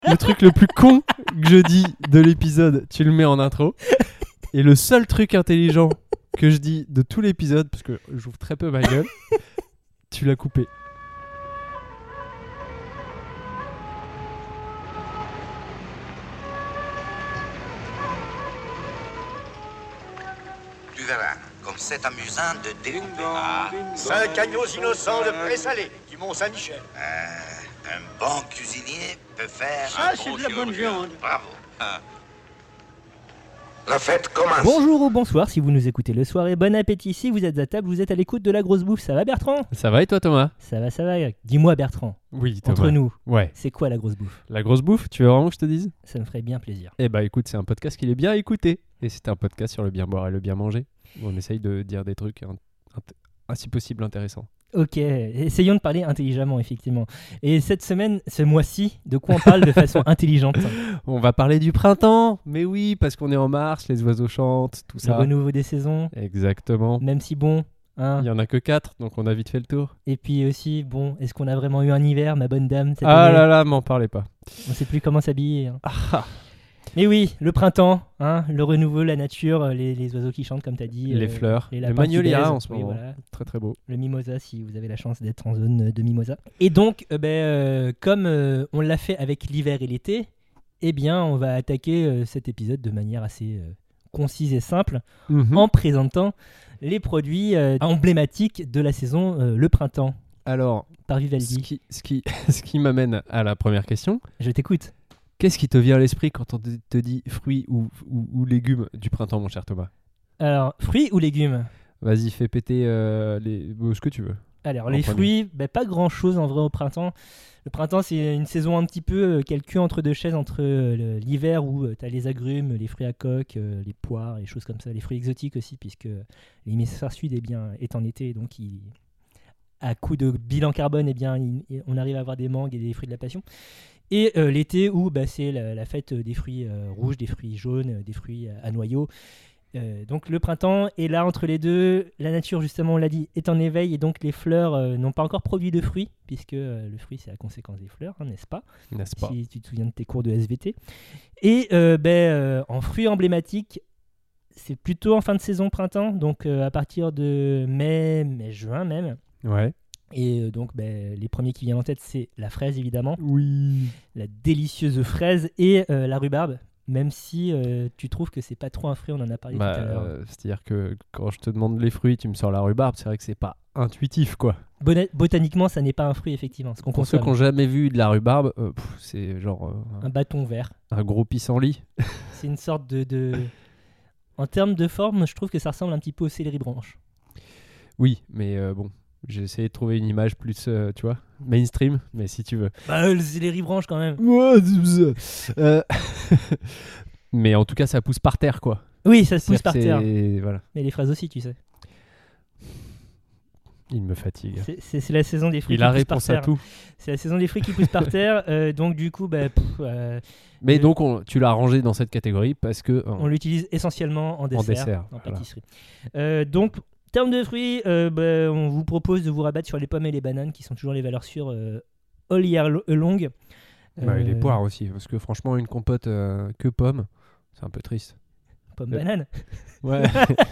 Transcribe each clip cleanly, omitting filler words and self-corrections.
Le truc le plus con que je dis de l'épisode, tu le mets en intro. Et le seul truc intelligent que je dis de tout l'épisode, parce que j'ouvre très peu ma gueule, tu l'as coupé. Tu verras, comme c'est amusant de découper. 5 agneaux innocents de présalé du Mont-Saint-Michel. Un bon cuisinier peut faire Ça, un c'est bon de la bonne chirurgien. viande. Bravo. La fête commence. Bonjour ou bonsoir si vous nous écoutez le soir et bon appétit si vous êtes à table, vous êtes à l'écoute de la grosse bouffe. Ça va Bertrand ? Ça va et toi Thomas ? Ça va. Dis-moi Bertrand, Oui Thomas. entre nous, Ouais. c'est quoi la grosse bouffe ? La grosse bouffe, tu veux vraiment que je te dise ? Ça me ferait bien plaisir. Eh bah écoute, c'est un podcast qu'il est bien écouté. Et c'est un podcast sur le bien boire et le bien manger. On essaye de dire des trucs si possible intéressants. Ok, essayons de parler intelligemment effectivement. Et cette semaine, ce mois-ci, de quoi on parle de façon intelligente ? On va parler du printemps, mais oui, parce qu'on est en mars, les oiseaux chantent, tout Le ça. renouveau des saisons, Exactement. même si bon, hein. Il y en a que 4, donc on a vite fait le tour. Et puis aussi, bon, est-ce qu'on a vraiment eu un hiver, ma bonne dame, cette Ah année ? là là, m'en parlez pas. On sait plus comment s'habiller. Hein. Ah, Mais oui, le printemps, hein, le renouveau, la nature, les oiseaux qui chantent comme tu as dit. les fleurs, les le lapins qui magnolia baisent. en ce Oui, moment. voilà. Très très beau. Le mimosa si vous avez la chance d'être en zone de mimosa. Et donc, comme on l'a fait avec l'hiver et l'été, eh bien, on va attaquer cet épisode de manière assez concise et simple en présentant les produits emblématiques de la saison, le printemps, Alors, par ce Vivaldi. qui m'amène à la première question. Je t'écoute. Qu'est-ce qui te vient à l'esprit quand on te dit fruits ou légumes du printemps, mon cher Thomas ? Alors, fruits ou légumes ? Vas-y, fais péter ce que tu veux. Alors, En les premier. fruits, pas grand-chose en vrai au printemps. Le printemps, c'est une saison un petit peu quel cul entre deux chaises entre l'hiver où tu as les agrumes, les fruits à coque, les poires, les choses comme ça, les fruits exotiques aussi, puisque l'hémisphère sud est en été, donc à coup de bilan carbone, on arrive à avoir des mangues et des fruits de la passion. Et l'été où c'est la fête des fruits rouges, des fruits jaunes, des fruits à noyaux. Donc le printemps est là entre les deux, la nature justement on l'a dit est en éveil et donc les fleurs n'ont pas encore produit de fruits puisque le fruit c'est la conséquence des fleurs, hein, n'est-ce pas ? N'est-ce pas ? Si tu te souviens de tes cours de SVT. Et en fruits emblématiques c'est plutôt en fin de saison printemps, donc à partir de mai-juin même. Ouais. Et donc les premiers qui viennent en tête c'est la fraise évidemment, Oui. la délicieuse fraise et la rhubarbe. Même si tu trouves que c'est pas trop un fruit, on en a parlé tout à l'heure. C'est-à-dire que quand je te demande les fruits, tu me sors la rhubarbe, c'est vrai que c'est pas intuitif, quoi. Botaniquement, ça n'est pas un fruit, effectivement. Ce qu'on Pour ceux consomme. qui n'ont jamais vu de la rhubarbe, c'est genre Un bâton vert. un gros pissenlit. C'est une sorte de... En termes de forme, je trouve que ça ressemble un petit peu au céleri branche. Oui, mais bon, j'ai essayé de trouver une image plus, tu vois, mainstream, mais si tu veux. Le céleri branche quand même. Mais en tout cas, ça pousse par terre, quoi. Oui, ça se pousse par terre. Voilà. Mais les fraises aussi, tu sais. Il me fatigue. C'est la saison des fruits Il qui a poussent par réponse à terre. tout. C'est la saison des fruits qui poussent par terre. Donc du coup, Mais donc, tu l'as rangé dans cette catégorie parce que... on l'utilise essentiellement en dessert, en voilà. pâtisserie. Donc, en termes de fruits, on vous propose de vous rabattre sur les pommes et les bananes qui sont toujours les valeurs sûres all year long. Et les poires aussi, parce que franchement, une compote que pommes, c'est un peu triste. Pommes, bananes. Ouais.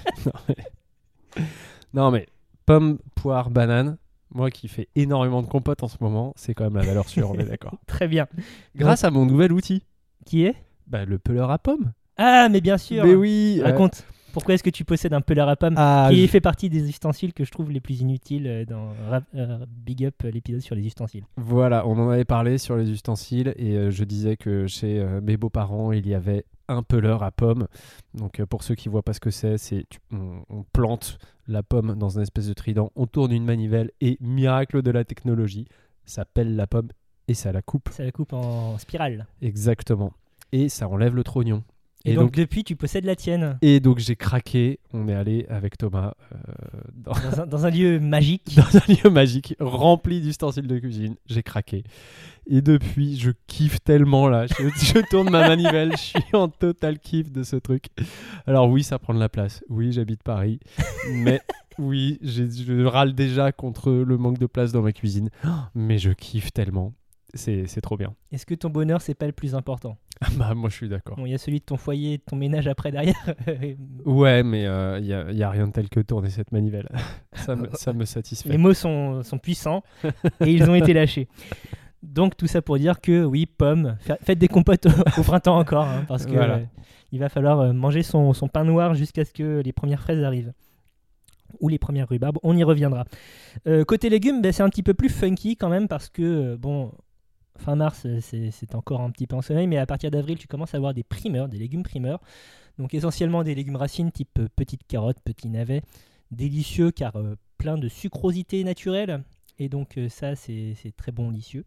non mais pommes, poires, bananes, moi qui fais énormément de compotes en ce moment, c'est quand même la valeur sûre, on est d'accord. Très bien. Grâce à mon nouvel outil, Qui est ? le peleur à pommes. Ah, mais bien sûr. Mais oui. Raconte. Pourquoi est-ce que tu possèdes un peleur à pommes qui fait partie des ustensiles que je trouve les plus inutiles dans Big Up, l'épisode sur les ustensiles. Voilà, on en avait parlé sur les ustensiles et je disais que chez mes beaux-parents, il y avait un peleur à pommes. Donc pour ceux qui ne voient pas ce que c'est, on plante la pomme dans une espèce de trident, on tourne une manivelle et miracle de la technologie, ça pèle la pomme et ça la coupe. Ça la coupe en spirale. Exactement. Et ça enlève le trognon. Et donc depuis, tu possèdes la tienne. Et donc j'ai craqué, on est allé avec Thomas dans un lieu magique. Dans un lieu magique, rempli d'ustensiles de cuisine, j'ai craqué. Et depuis, je kiffe tellement là, je tourne ma manivelle, je suis en total kiff de ce truc. Alors oui, ça prend de la place, oui, j'habite Paris, mais oui, je râle déjà contre le manque de place dans ma cuisine, mais je kiffe tellement. c'est trop bien. Est-ce que ton bonheur, c'est pas le plus important? Bah, moi, je suis d'accord. Bon, il y a celui de ton foyer, de ton ménage après derrière. Ouais, mais il y a rien de tel que tourner cette manivelle. Ça me satisfait. Les mots sont puissants et ils ont été lâchés. Donc tout ça pour dire que oui, pommes, faites des compotes au printemps encore, hein, parce que Voilà. il va falloir manger son pain noir jusqu'à ce que les premières fraises arrivent. Ou les premières rhubarbes, on y reviendra. Côté légumes, c'est un petit peu plus funky quand même, parce que bon, fin mars, c'est encore un petit peu en sommeil, mais à partir d'avril, tu commences à avoir des primeurs, des légumes primeurs. Donc essentiellement des légumes racines type petites carottes, petits navets, délicieux car plein plein de sucrosité naturelle. Et donc ça, c'est très bon, licieux.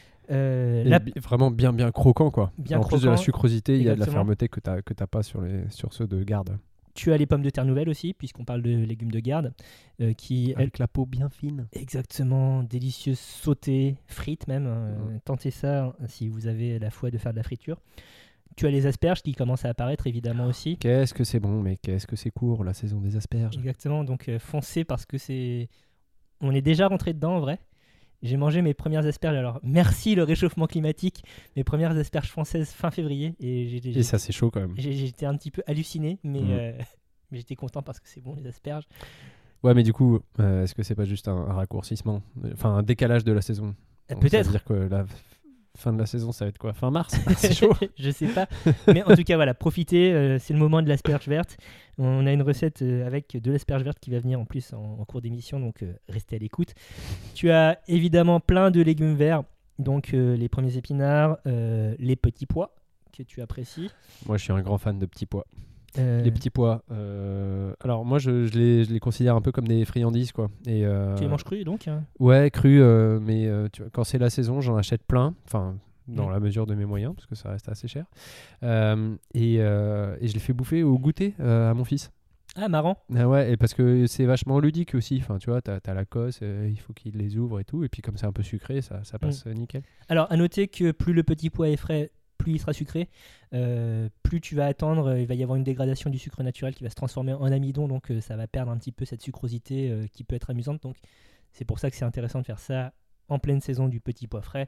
Vraiment bien croquant, quoi. Bien en plus de la croquant, sucrosité, il y a de la exactement. fermeté que t'as pas sur ceux de garde. Tu as les pommes de terre nouvelles aussi, puisqu'on parle de légumes de garde, qui, elles, Avec la peau bien fine. exactement délicieuses, sautées, frites même. Tentez ça hein, si vous avez la foi de faire de la friture. Tu as les asperges qui commencent à apparaître évidemment aussi. Qu'est-ce que c'est bon, mais qu'est-ce que c'est court, la saison des asperges. Exactement, donc foncez parce que c'est... On est déjà rentré dedans en vrai. J'ai mangé mes premières asperges, alors merci le réchauffement climatique, mes premières asperges françaises fin février. Et ça, c'est chaud quand même. J'étais un petit peu halluciné, mais, Mhm. mais j'étais content parce que c'est bon les asperges. Ouais, mais du coup, est-ce que c'est pas juste un raccourcissement, enfin un décalage de la saison? Donc, Peut-être. Ça veut dire que la fin de la saison, ça va être quoi? Fin mars? C'est chaud. Je sais pas. Mais en tout cas, voilà, profitez. C'est le moment de l'asperge verte. On a une recette avec de l'asperge verte qui va venir en plus en cours d'émission, donc restez à l'écoute. Tu as évidemment plein de légumes verts, donc les premiers épinards, les petits pois que tu apprécies. Moi, je suis un grand fan de petits pois. Euh, Les petits pois. Alors, moi, je les considère un peu comme des friandises, quoi. Et, Tu les manges crus donc hein ouais, crus, mais tu vois, quand c'est la saison, j'en achète plein. Enfin, dans Mm. la mesure de mes moyens, parce que ça reste assez cher. Et je les fais bouffer au goûter à mon fils. Ah, marrant. Ah ouais, et parce que c'est vachement ludique aussi. Enfin, tu vois, t'as la cosse, il faut qu'il les ouvre et tout. Et puis, comme c'est un peu sucré, ça passe nickel. Alors, à noter que plus le petit pois est frais, plus il sera sucré. Plus tu vas attendre, il va y avoir une dégradation du sucre naturel qui va se transformer en amidon, donc ça va perdre un petit peu cette sucrosité qui peut être amusante. Donc, c'est pour ça que c'est intéressant de faire ça en pleine saison du petit pois frais.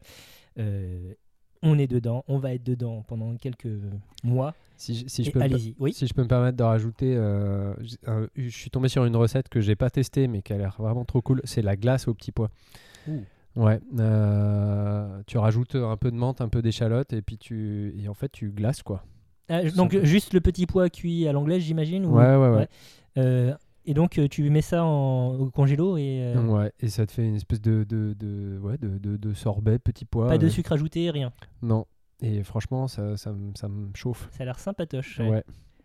On est dedans, on va être dedans pendant quelques mois. Si Et je peux allez-y. Oui. Si je peux me permettre de rajouter, je suis tombé sur une recette que j'ai pas testée mais qui a l'air vraiment trop cool. C'est la glace aux petits pois. Ouh. Ouais, tu rajoutes un peu de menthe, un peu d'échalote et puis et en fait tu glaces quoi. Donc Simple. juste le petit pois cuit à l'anglaise, j'imagine. Ou... Ouais. Et donc tu mets ça au congélo et Ouais, et ça te fait une espèce de sorbet petit pois. pas de sucre ajouté, rien. Non. Et franchement, ça me chauffe. Ça a l'air sympatoche. Ouais.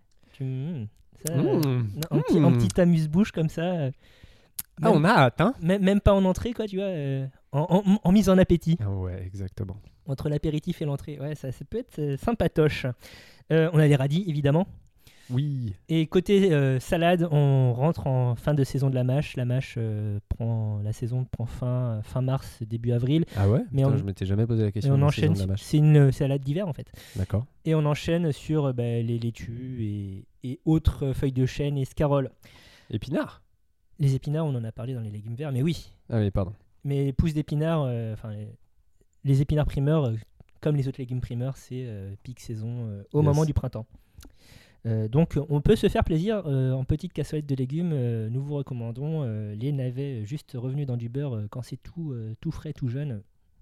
Ça, Mmh. un petit amuse-bouche comme ça. Ah, on a hâte, hein? Même pas en entrée, quoi, tu vois. En mise en appétit. Ah ouais, exactement. Entre l'apéritif et l'entrée. Ouais, ça peut être sympatoche. On a les radis, évidemment. Oui. Et côté salade, on rentre en fin de saison de la mâche. La mâche la saison prend fin mars, début avril. Ah ouais? Mais Putain, on- je m'étais jamais posé la Et question. on de la enchaîne. saison de la mâche. C'est une salade d'hiver en fait. D'accord. Et on enchaîne sur les laitues et autres feuilles de chêne et scaroles. Épinard? Les épinards, on en a parlé dans les légumes verts, mais oui. Ah oui, pardon. Mais les pousses d'épinards, les épinards primeurs, comme les autres légumes primeurs, c'est pic saison au Yes. moment du printemps. Donc on peut se faire plaisir en petite cassolette de légumes. Nous vous recommandons les navets juste revenus dans du beurre quand c'est tout frais, tout jeune.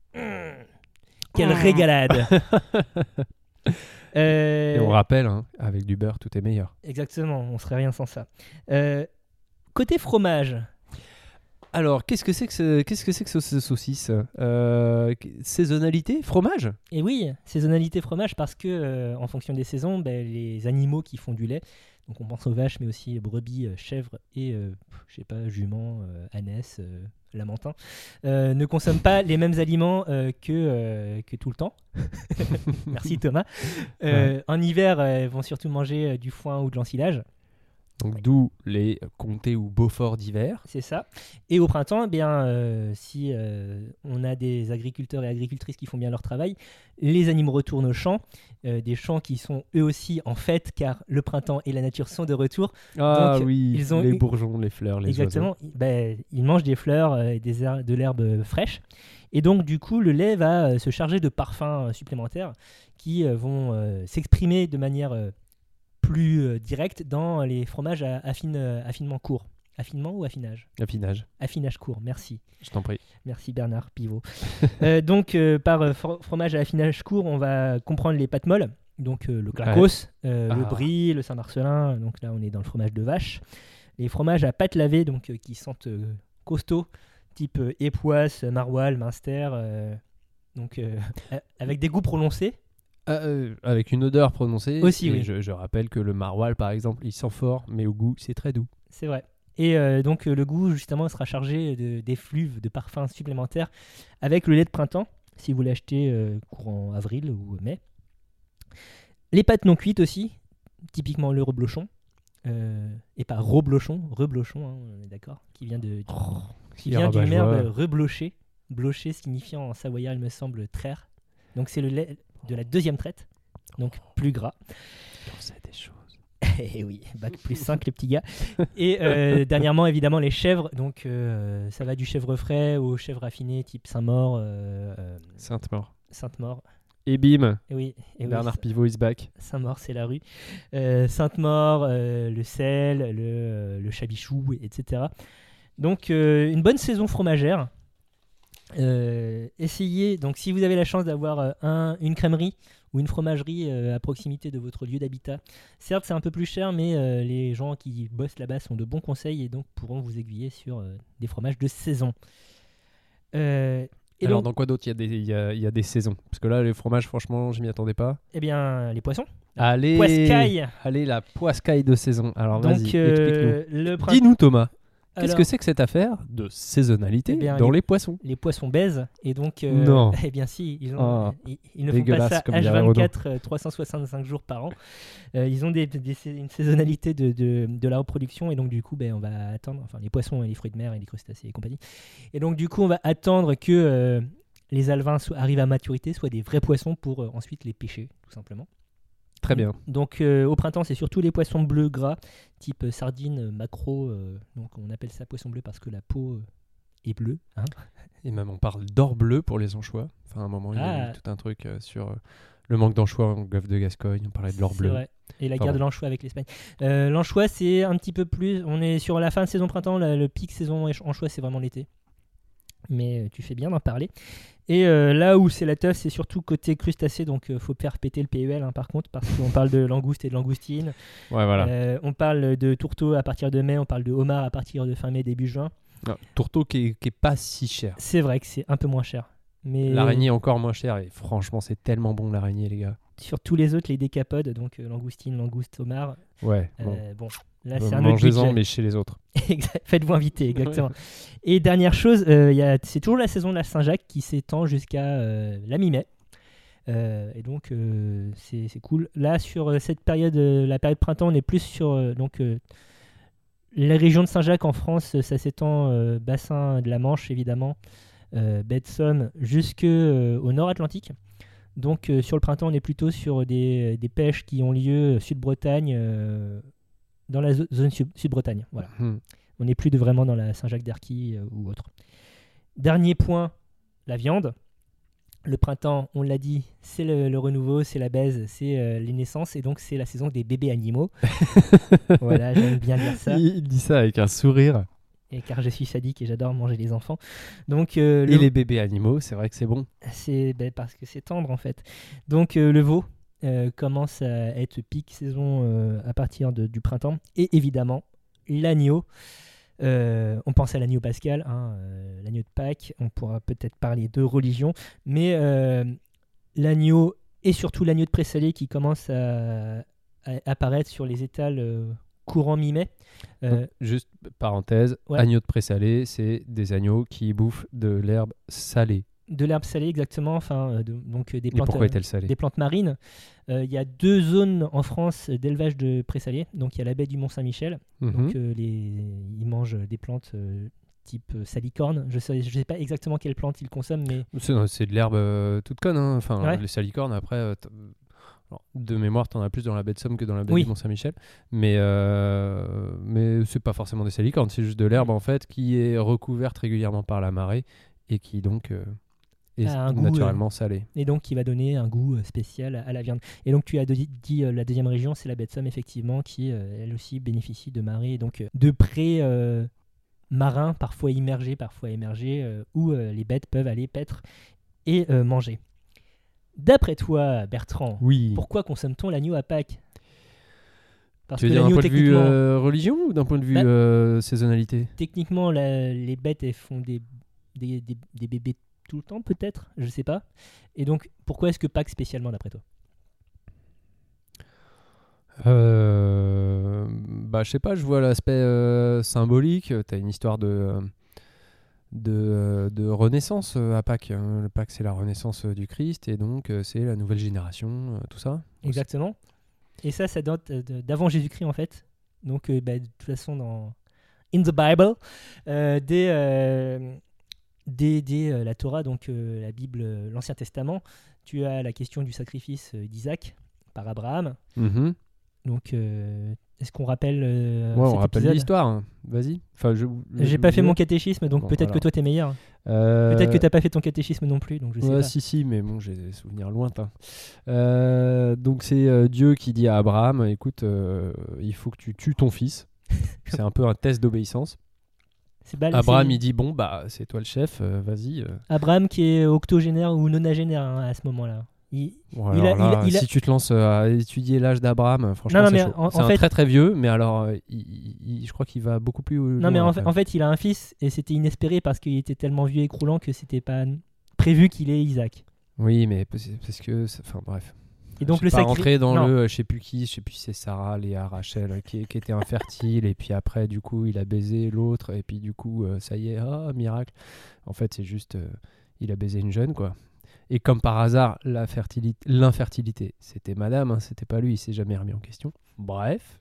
Quelle régalade. Et on rappelle, hein, avec du beurre, tout est meilleur. Exactement, on serait rien sans ça. Côté fromage, Alors, qu'est-ce que c'est que ce saucisse? Saisonnalité? Fromage? et oui, saisonnalité fromage parce que en fonction des saisons, les animaux qui font du lait, donc on pense aux vaches, mais aussi brebis, chèvres et je sais pas, juments, ânesses, lamentins, ne consomment pas les mêmes aliments que tout le temps. Merci Thomas. En hiver, elles vont surtout manger du foin ou de l'ensilage. Donc, d'où les comtés ou Beaufort d'hiver. C'est ça. Et au printemps, si on a des agriculteurs et agricultrices qui font bien leur travail, les animaux retournent aux champs, des champs qui sont eux aussi en fête, car le printemps et la nature sont de retour. Ah Donc, oui, ils ont les eu- bourgeons, les fleurs, les Exactement. oiseaux. Ils mangent des fleurs et de l'herbe fraîche. Et donc, du coup, le lait va se charger de parfums supplémentaires qui vont s'exprimer de manière plus directe dans les fromages à affinement court. Affinement ou affinage ? Affinage. Affinage court, merci. Je t'en prie. Merci Bernard Pivot. Donc, par fromage à affinage court, on va comprendre les pâtes molles. Donc, le Glacos, le Brie, le Saint-Marcelin. Donc là, on est dans le fromage de vache. Les fromages à pâte lavée, donc qui sentent costaud, type époisse, maroilles, Münster. Donc, avec des goûts prononcés. Avec une odeur prononcée. Aussi, et oui. Je rappelle que le maroilles, par exemple, il sent fort, mais au goût, c'est très doux. C'est vrai. Et donc le goût justement sera chargé d'effluves, de parfums supplémentaires avec le lait de printemps, si vous l'achetez courant avril ou mai. Les pâtes non cuites aussi, typiquement le reblochon, et pas reblochon, hein, on est d'accord, qui vient du verbe reblocher, blocher signifiant en savoyard il me semble traire. Donc c'est le lait de la deuxième traite, donc plus gras. On sait des choses. Et oui, bac plus 5 les petits gars. Et dernièrement, évidemment, les chèvres. Donc, ça va du chèvre frais au chèvre raffiné type Saint-Maur. Sainte-Maur. Et bim, et oui, Bernard Pivot is back. Saint-Maur, c'est la rue. Sainte-Maur, le sel, le chabichou, etc. Donc, une bonne saison fromagère. Essayez, donc si vous avez la chance d'avoir une crèmerie ou une fromagerie à proximité de votre lieu d'habitat, certes c'est un peu plus cher, mais les gens qui bossent là-bas sont de bons conseils et donc pourront vous aiguiller sur des fromages de saison. Alors dans quoi d'autre il y a des saisons? Parce que là les fromages franchement je m'y attendais pas. Eh bien les poissons. Allez, poiscaille. Allez la poiscaille de saison. Alors donc, vas-y, explique-nous. Le Dis-nous Thomas. Alors, qu'est-ce que c'est que cette affaire de saisonnalité dans les poissons? Les poissons baisent et donc non. Eh bien si, ils ne font pas ça H24 365 jours par an. Ils ont une saisonnalité de la reproduction et donc du coup on va attendre, enfin les poissons et les fruits de mer et les crustacés et compagnie. Et donc du coup on va attendre que les alevins arrivent à maturité, soient des vrais poissons pour ensuite les pêcher tout simplement. Très bien. Donc au printemps, c'est surtout les poissons bleus gras, type sardines, maquereaux. Donc on appelle ça poisson bleu parce que la peau est bleue. Hein. Et même on parle d'or bleu pour les anchois. Enfin à un moment, il y a eu tout un truc sur le manque d'anchois en golfe de Gascogne. On parlait de l'or bleu. Vrai. Et la guerre de l'anchois avec l'Espagne. L'anchois, c'est un petit peu plus... On est sur la fin de saison printemps. Le pic saison anchois, c'est vraiment l'été. Mais tu fais bien d'en parler. Et là où c'est la teuf, c'est surtout côté crustacés, donc faut faire péter le PEL par contre, parce qu'on parle de langoustes et de langoustines. Ouais, voilà. On parle de tourteaux à partir de mai, on parle de homard à partir de fin mai, début juin. Non, tourteau qui est pas si cher. C'est vrai que c'est un peu moins cher. Mais l'araignée est encore moins cher et franchement c'est tellement bon l'araignée les gars. Sur tous les autres, les décapodes, donc langoustine, langouste, homard. Ouais. Bon, là c'est un autre mangez-en mais chez les autres. Faites-vous inviter, exactement. Et dernière chose, c'est toujours la saison de la Saint-Jacques qui s'étend jusqu'à la mi-mai. Et donc c'est cool. Là sur cette période, la période printemps, on est plus sur la région de Saint-Jacques en France. Ça s'étend bassin de la Manche évidemment, baie de Somme jusqu'au nord Atlantique. Donc sur le printemps, on est plutôt sur des pêches qui ont lieu Sud-Bretagne, dans la zone Sud-Bretagne. Voilà. On n'est plus vraiment dans la Saint-Jacques-d'Erquy ou autre. Dernier point, la viande. Le printemps, on l'a dit, c'est le renouveau, c'est la baise, c'est les naissances et donc c'est la saison des bébés animaux. Voilà, j'aime bien dire ça. Il dit ça avec un sourire. Et car je suis sadique et j'adore manger les enfants. Donc, et les bébés animaux, c'est vrai que c'est bon. C'est parce que c'est tendre en fait. Donc le veau commence à être pic saison à partir du printemps. Et évidemment, l'agneau. On pense à l'agneau pascal, l'agneau de Pâques. On pourra peut-être parler de religion. Mais l'agneau et surtout l'agneau de présalé qui commence à apparaître sur les étals courant mi-mai. Juste parenthèse, ouais. Agneau de présalé, c'est des agneaux qui bouffent de l'herbe salée. De l'herbe salée, exactement. Donc des plantes, pourquoi est-elle salée ? Des plantes marines. Il y a 2 zones en France d'élevage de présalé. Donc il y a la baie du Mont-Saint-Michel. Donc ils mangent des plantes type salicorne. Je sais pas exactement quelle plante ils consomment, mais c'est de l'herbe toute conne. Hein. Enfin, ouais. Les salicornes après. De mémoire, t'en as plus dans la baie de Somme que dans la baie du Mont-Saint-Michel, mais c'est pas forcément des salicornes, c'est juste de l'herbe en fait qui est recouverte régulièrement par la marée et qui donc Et a un goût, naturellement salé. Et donc qui va donner un goût spécial à la viande. Et donc tu as dit la deuxième région, c'est la baie de Somme, effectivement, qui elle aussi bénéficie de marées, donc de prés marins, parfois immergés, parfois émergés, où les bêtes peuvent aller paître et manger. D'après toi, Bertrand, Oui. pourquoi consomme-t-on l'agneau à Pâques? Parce Tu veux que dire d'un l'agneau, point de vue techniquement, religion ou d'un point de vue saisonnalité? techniquement les bêtes, elles font des bébés tout le temps, peut-être, je sais pas. Et donc, pourquoi est-ce que Pâques spécialement, d'après toi? Bah, je sais pas, je vois l'aspect symbolique. T'as une histoire de renaissance à Pâques. Le Pâques, c'est la renaissance du Christ, et donc c'est la nouvelle génération, tout ça. Exactement. Et ça date d'avant Jésus-Christ, en fait. Donc, de toute façon, dans In the Bible, dès la Torah, donc la Bible, l'Ancien Testament, tu as la question du sacrifice d'Isaac par Abraham. Mhm. Donc, est-ce qu'on rappelle Ouais, on cet rappelle épisode? l'histoire. Hein. Vas-y. Enfin, J'ai pas fait mon catéchisme, donc Bon, peut-être que alors. toi t'es meilleur. Peut-être que t'as pas fait ton catéchisme non plus, donc je sais Ouais, pas. si, mais bon, j'ai des souvenirs lointains. Donc c'est Dieu qui dit à Abraham, écoute, il faut que tu tues ton fils. C'est un peu un test d'obéissance. Abraham, il dit, bon, bah, c'est toi le chef, vas-y. Abraham qui est octogénaire ou nonagénaire, hein, à ce moment-là. Bon, alors là, si tu te lances à étudier l'âge d'Abraham, franchement, Non, c'est mais chaud. C'est en un fait- très très vieux, mais alors, je crois qu'il va beaucoup plus Non, loin mais après. en fait, il a un fils et c'était inespéré parce qu'il était tellement vieux et croulant que c'était pas prévu qu'il ait Isaac. Oui, mais parce que... Enfin, bref. Et donc Je le vais pas sacré. rentrer dans Non. je sais plus qui, je sais plus si c'est Sarah, Léa, Rachel qui était infertile, et puis après du coup il a baisé l'autre, et puis du coup ça y est, miracle. En fait c'est juste il a baisé une jeune, quoi. Et comme par hasard l'infertilité c'était madame, hein, c'était pas lui, il s'est jamais remis en question. Bref.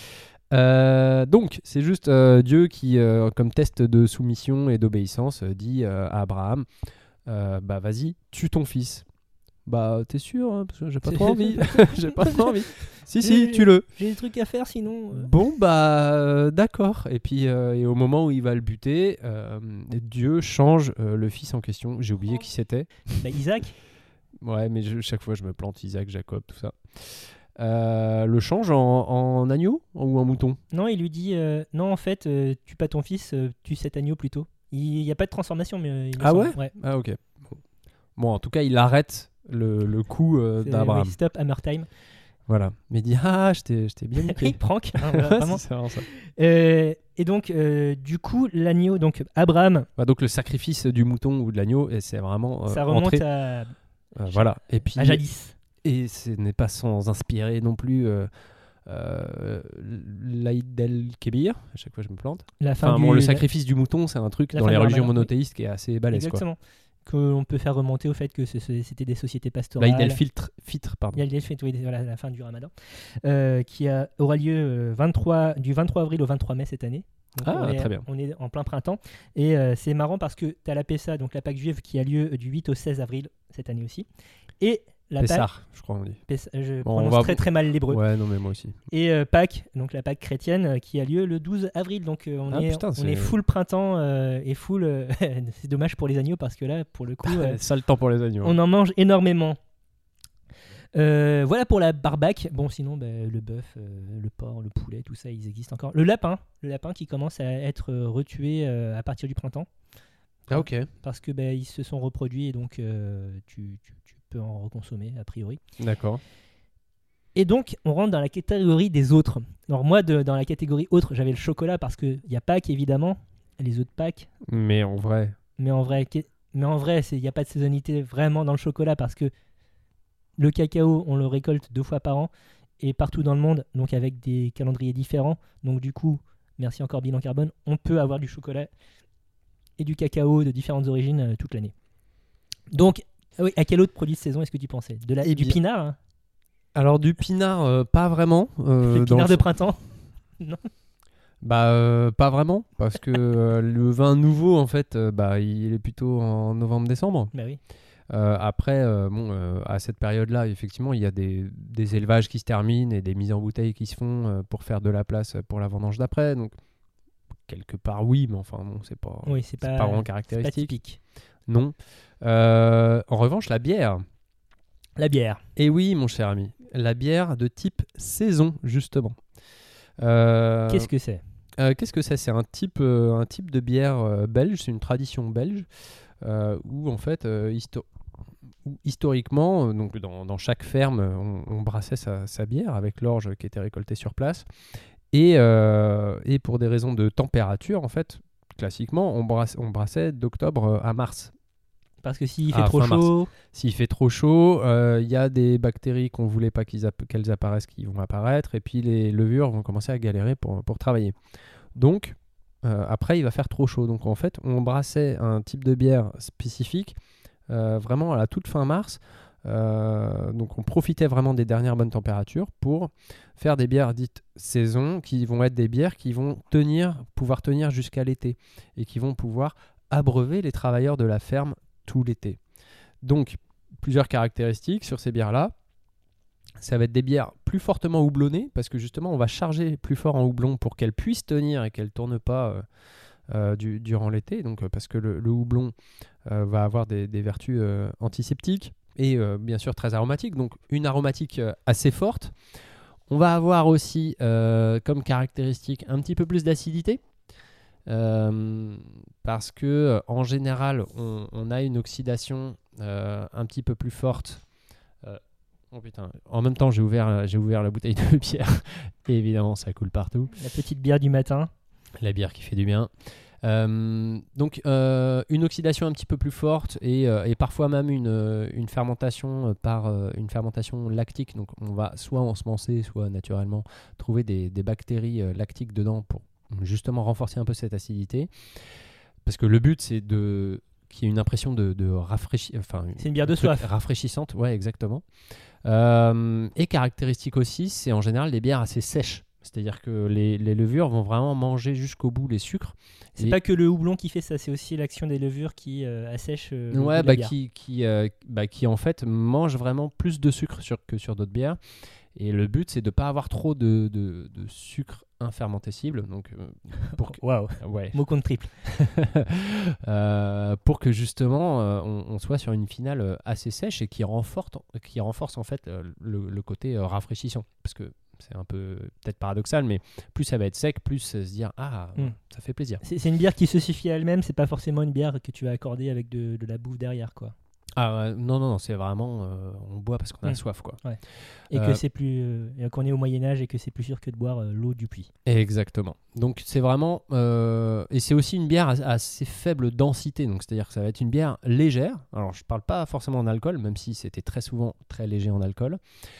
Donc c'est juste Dieu qui comme test de soumission et d'obéissance dit à Abraham, bah vas-y, tue ton fils. Bah, t'es sûr, hein, parce que j'ai pas trop envie. J'ai pas trop envie. Si, tue-le. J'ai des trucs à faire sinon. Bon, bah, d'accord. Et puis, et au moment où il va le buter, Dieu change le fils en question. J'ai oublié qui c'était. Bah, Isaac. Ouais, mais chaque fois, je me plante. Isaac, Jacob, tout ça. Le change en agneau ou en mouton? Non, il lui dit non, en fait, tue pas ton fils, tue cet agneau plutôt. Il n'y a pas de transformation, mais il me Ah semble. ouais. Ah, ok. Bon, en tout cas, il arrête le coup d'Abraham. Oui, stop, hammer time. Voilà. Mais il dit, je t'ai bien niqué. Prank, hein, voilà, vraiment. C'est vraiment ça. Et donc, du coup, l'agneau, donc Abraham, Bah, donc le sacrifice du mouton ou de l'agneau, et c'est vraiment ça remonte entré, à voilà. Et puis jadis. et ce n'est pas sans inspirer non plus l'Aïd el-Kébir. À chaque fois je me plante. La fin Enfin du, bon, le sacrifice du mouton, c'est un truc la dans fin les du religions Ramadan, monothéistes qui est assez balèze, quoi. exactement. Qu'on peut faire remonter au fait que c'était des sociétés pastorales. L'Aïd el-Fitr, pardon. Il y a le fait, oui, voilà, la fin du Ramadan, qui aura lieu du 23 avril au 23 mai cette année. Donc Très bien. On est en plein printemps. Et c'est marrant parce que tu as la Pessa, donc la Pâque juive, qui a lieu du 8 au 16 avril cette année aussi. Et la Pâque. Pessah, je crois on dit. Je Bon, on prononce va- très très mal l'hébreu. Ouais, non mais moi aussi. Et Pâques, donc la Pâque chrétienne, qui a lieu le 12 avril. Donc on Putain, est full printemps et full. C'est dommage pour les agneaux parce que là, pour le coup, Sale temps pour les agneaux. on en mange énormément. Voilà pour la barbaque. Bon, sinon, le bœuf, le porc, le poulet, tout ça, ils existent encore. Le lapin qui commence à être retué à partir du printemps. Ah ok. Parce que ils se sont reproduits et donc tu peux en reconsommer a priori. D'accord. Et donc, on rentre dans la catégorie des autres. Alors moi, dans la catégorie autres, j'avais le chocolat parce qu'il y a Pâques, évidemment, les autres Pâques. Mais en vrai. Mais en vrai, il n'y a pas de saisonnalité vraiment dans le chocolat parce que le cacao, on le récolte 2 fois par an et partout dans le monde, donc avec des calendriers différents. Donc du coup, merci encore Bilan Carbone, on peut avoir du chocolat et du cacao de différentes origines toute l'année. Donc, oui, à quel autre produit de saison est-ce que tu pensais? Du pinard, hein? Alors du pinard, pas vraiment. Le pinard de printemps? Non. Bah pas vraiment, parce que le vin nouveau en fait, il est plutôt en novembre-décembre. Bah oui. Après, à cette période-là, effectivement, il y a des élevages qui se terminent et des mises en bouteille qui se font pour faire de la place pour la vendange d'après. Donc quelque part oui, mais enfin bon, c'est pas Oui, vraiment c'est pas caractéristique. typique. Non. En revanche, la bière. La bière. Et oui, mon cher ami, la bière de type saison, justement. Qu'est-ce que c'est ? Qu'est-ce que c'est ? C'est un type de bière belge, c'est une tradition belge, où en fait, historiquement, donc dans chaque ferme, on brassait sa bière avec l'orge qui était récoltée sur place. Et pour des raisons de température, en fait, classiquement, on brassait d'octobre à mars. Parce que s'il fait Ah, trop fin mars. chaud, S'il fait trop chaud, il y a des bactéries qu'on ne voulait pas qu'elles apparaissent qui vont apparaître, et puis les levures vont commencer à galérer pour travailler. Donc, après, il va faire trop chaud. Donc, en fait, on brassait un type de bière spécifique vraiment à la toute fin mars. Donc, on profitait vraiment des dernières bonnes températures pour faire des bières dites saison, qui vont être des bières qui vont pouvoir tenir jusqu'à l'été et qui vont pouvoir abreuver les travailleurs de la ferme tout l'été. Donc, plusieurs caractéristiques sur ces bières-là. Ça va être des bières plus fortement houblonnées parce que justement, on va charger plus fort en houblon pour qu'elles puissent tenir et qu'elles ne tournent pas durant l'été. Donc, parce que le houblon va avoir des vertus antiseptiques et bien sûr très aromatiques. Donc, une aromatique assez forte. On va avoir aussi comme caractéristique un petit peu plus d'acidité. Parce que en général on a une oxydation un petit peu plus forte. Oh putain, en même temps j'ai ouvert la bouteille de bière et évidemment ça coule partout. la petite bière du matin. La bière qui fait du bien. Donc une oxydation un petit peu plus forte et parfois même une fermentation une fermentation lactique. Donc on va soit ensemencer, soit naturellement trouver des bactéries lactiques dedans pour justement renforcer un peu cette acidité. Parce que le but c'est qu'il y ait une impression de rafraîchissement. C'est une bière de soif. Rafraîchissante, ouais, exactement. Et caractéristique aussi, c'est en général des bières assez sèches. C'est-à-dire que les levures vont vraiment manger jusqu'au bout les sucres. C'est pas que le houblon qui fait ça, c'est aussi l'action des levures qui assèchent ouais, la bière. qui en fait mangent vraiment plus de sucre que sur d'autres bières. Et le but, c'est de ne pas avoir trop de sucre infermentescible. Donc, Waouh, ouais. mot contre triple. Pour que justement on soit sur une finale assez sèche et qui renforce en fait le côté rafraîchissant. Parce que c'est un peu peut-être paradoxal, mais plus ça va être sec, plus se dire ça fait plaisir. C'est une bière qui se suffit à elle-même, c'est pas forcément une bière que tu vas accorder avec de la bouffe derrière, quoi. Ah non, c'est vraiment on boit parce qu'on a soif, quoi. Ouais. Et que c'est plus qu'on est au Moyen-Âge et que c'est plus sûr que de boire l'eau du puits. Exactement. Donc c'est vraiment et c'est aussi une bière assez faible densité, donc c'est-à-dire que ça va être une bière légère. Alors je parle pas forcément en alcool, même si c'était très souvent très léger en alcool.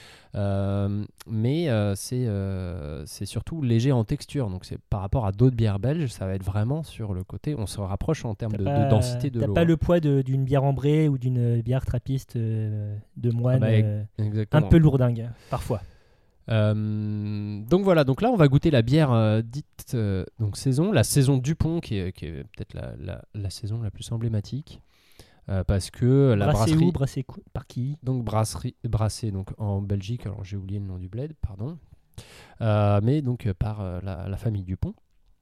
Mais c'est surtout léger en texture, donc c'est par rapport à d'autres bières belges, ça va être vraiment sur le côté, on se rapproche en termes de densité de l'eau. T'as pas le poids d'une bière ambrée ou d'une bière trappiste de moine, un peu lourdingue parfois. Donc voilà, donc là on va goûter la bière dite donc saison, la saison Dupont qui est peut-être la saison la plus emblématique. Parce que la brasserie. Brassé par qui ? Donc brassée donc en Belgique. Alors j'ai oublié le nom du bled, pardon. Mais donc par la famille Dupont.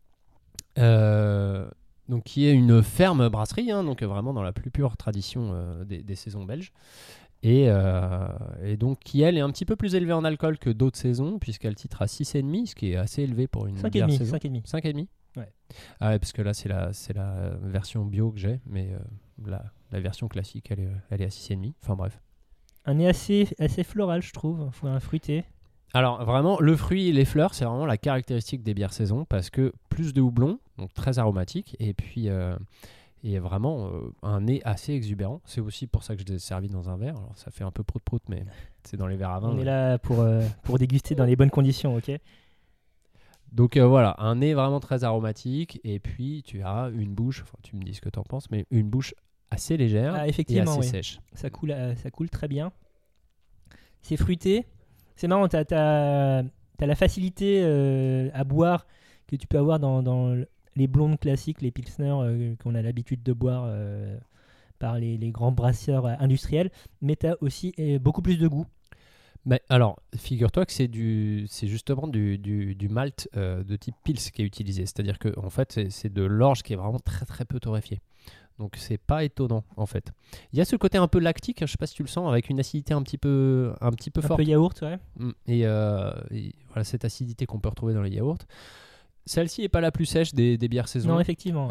Donc qui est une ferme brasserie, hein, donc vraiment dans la plus pure tradition des saisons belges. Et donc qui elle est un petit peu plus élevée en alcool que d'autres saisons puisqu'elle titre à 6,5, ce qui est assez élevé pour une bière saison. 5,5. Ouais. Ah ouais, parce que là c'est la version bio que j'ai, mais la version classique elle est à 6,5. Enfin bref. Un nez assez floral, je trouve, un fruité. Alors vraiment, le fruit et les fleurs, c'est vraiment la caractéristique des bières saison parce que plus de houblon, donc très aromatique, et puis vraiment un nez assez exubérant. C'est aussi pour ça que je l'ai servi dans un verre. Alors ça fait un peu prout-prout, mais c'est dans les verres à vin. On est là pour déguster dans les bonnes conditions, ok ? Donc voilà, un nez vraiment très aromatique, et puis tu as une bouche, tu me dis ce que tu en penses, mais une bouche assez légère et assez sèche. Ça coule très bien. C'est fruité. C'est marrant, t'as la facilité à boire que tu peux avoir dans les blondes classiques, les pilsner qu'on a l'habitude de boire par les grands brasseurs industriels, mais t'as aussi beaucoup plus de goût. Mais alors, figure-toi que c'est justement du malt de type pils qui est utilisé. C'est-à-dire que en fait, c'est de l'orge qui est vraiment très très peu torréfiée. Donc c'est pas étonnant en fait. Il y a ce côté un peu lactique, je sais pas si tu le sens, avec une acidité un petit peu Un forte. peu yaourt, ouais. Et voilà cette acidité qu'on peut retrouver dans les yaourts. Celle-ci est pas la plus sèche des bières saison. Non, effectivement.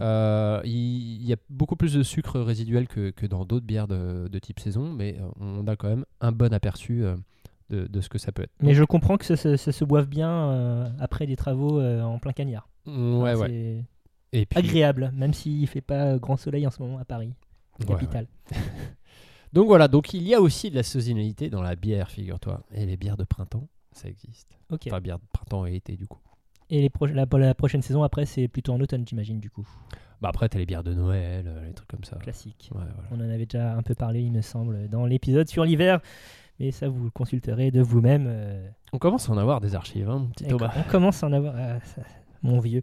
Il y a beaucoup plus de sucre résiduel que dans d'autres bières de type saison, mais on a quand même un bon aperçu de ce que ça peut être. Mais je comprends que ça se boive bien après des travaux en plein cagnard. Ouais, Enfin, ouais. C'est Et puis, agréable, même s'il fait pas grand soleil en ce moment à Paris, capitale. ouais. Donc voilà, donc il y a aussi de la saisonnalité dans la bière, figure-toi. Et les bières de printemps, ça existe. Ok. Enfin, bières de printemps et été, du coup. Et la prochaine saison, après, c'est plutôt en automne, j'imagine, du coup. Bah après, t'as les bières de Noël, les trucs comme ça. Classique. Ouais, voilà. On en avait déjà un peu parlé, il me semble, dans l'épisode sur l'hiver. Mais ça, vous le consulterez de vous-même. On commence à en avoir des archives, hein, mon petit Et Thomas. on commence à en avoir... mon vieux.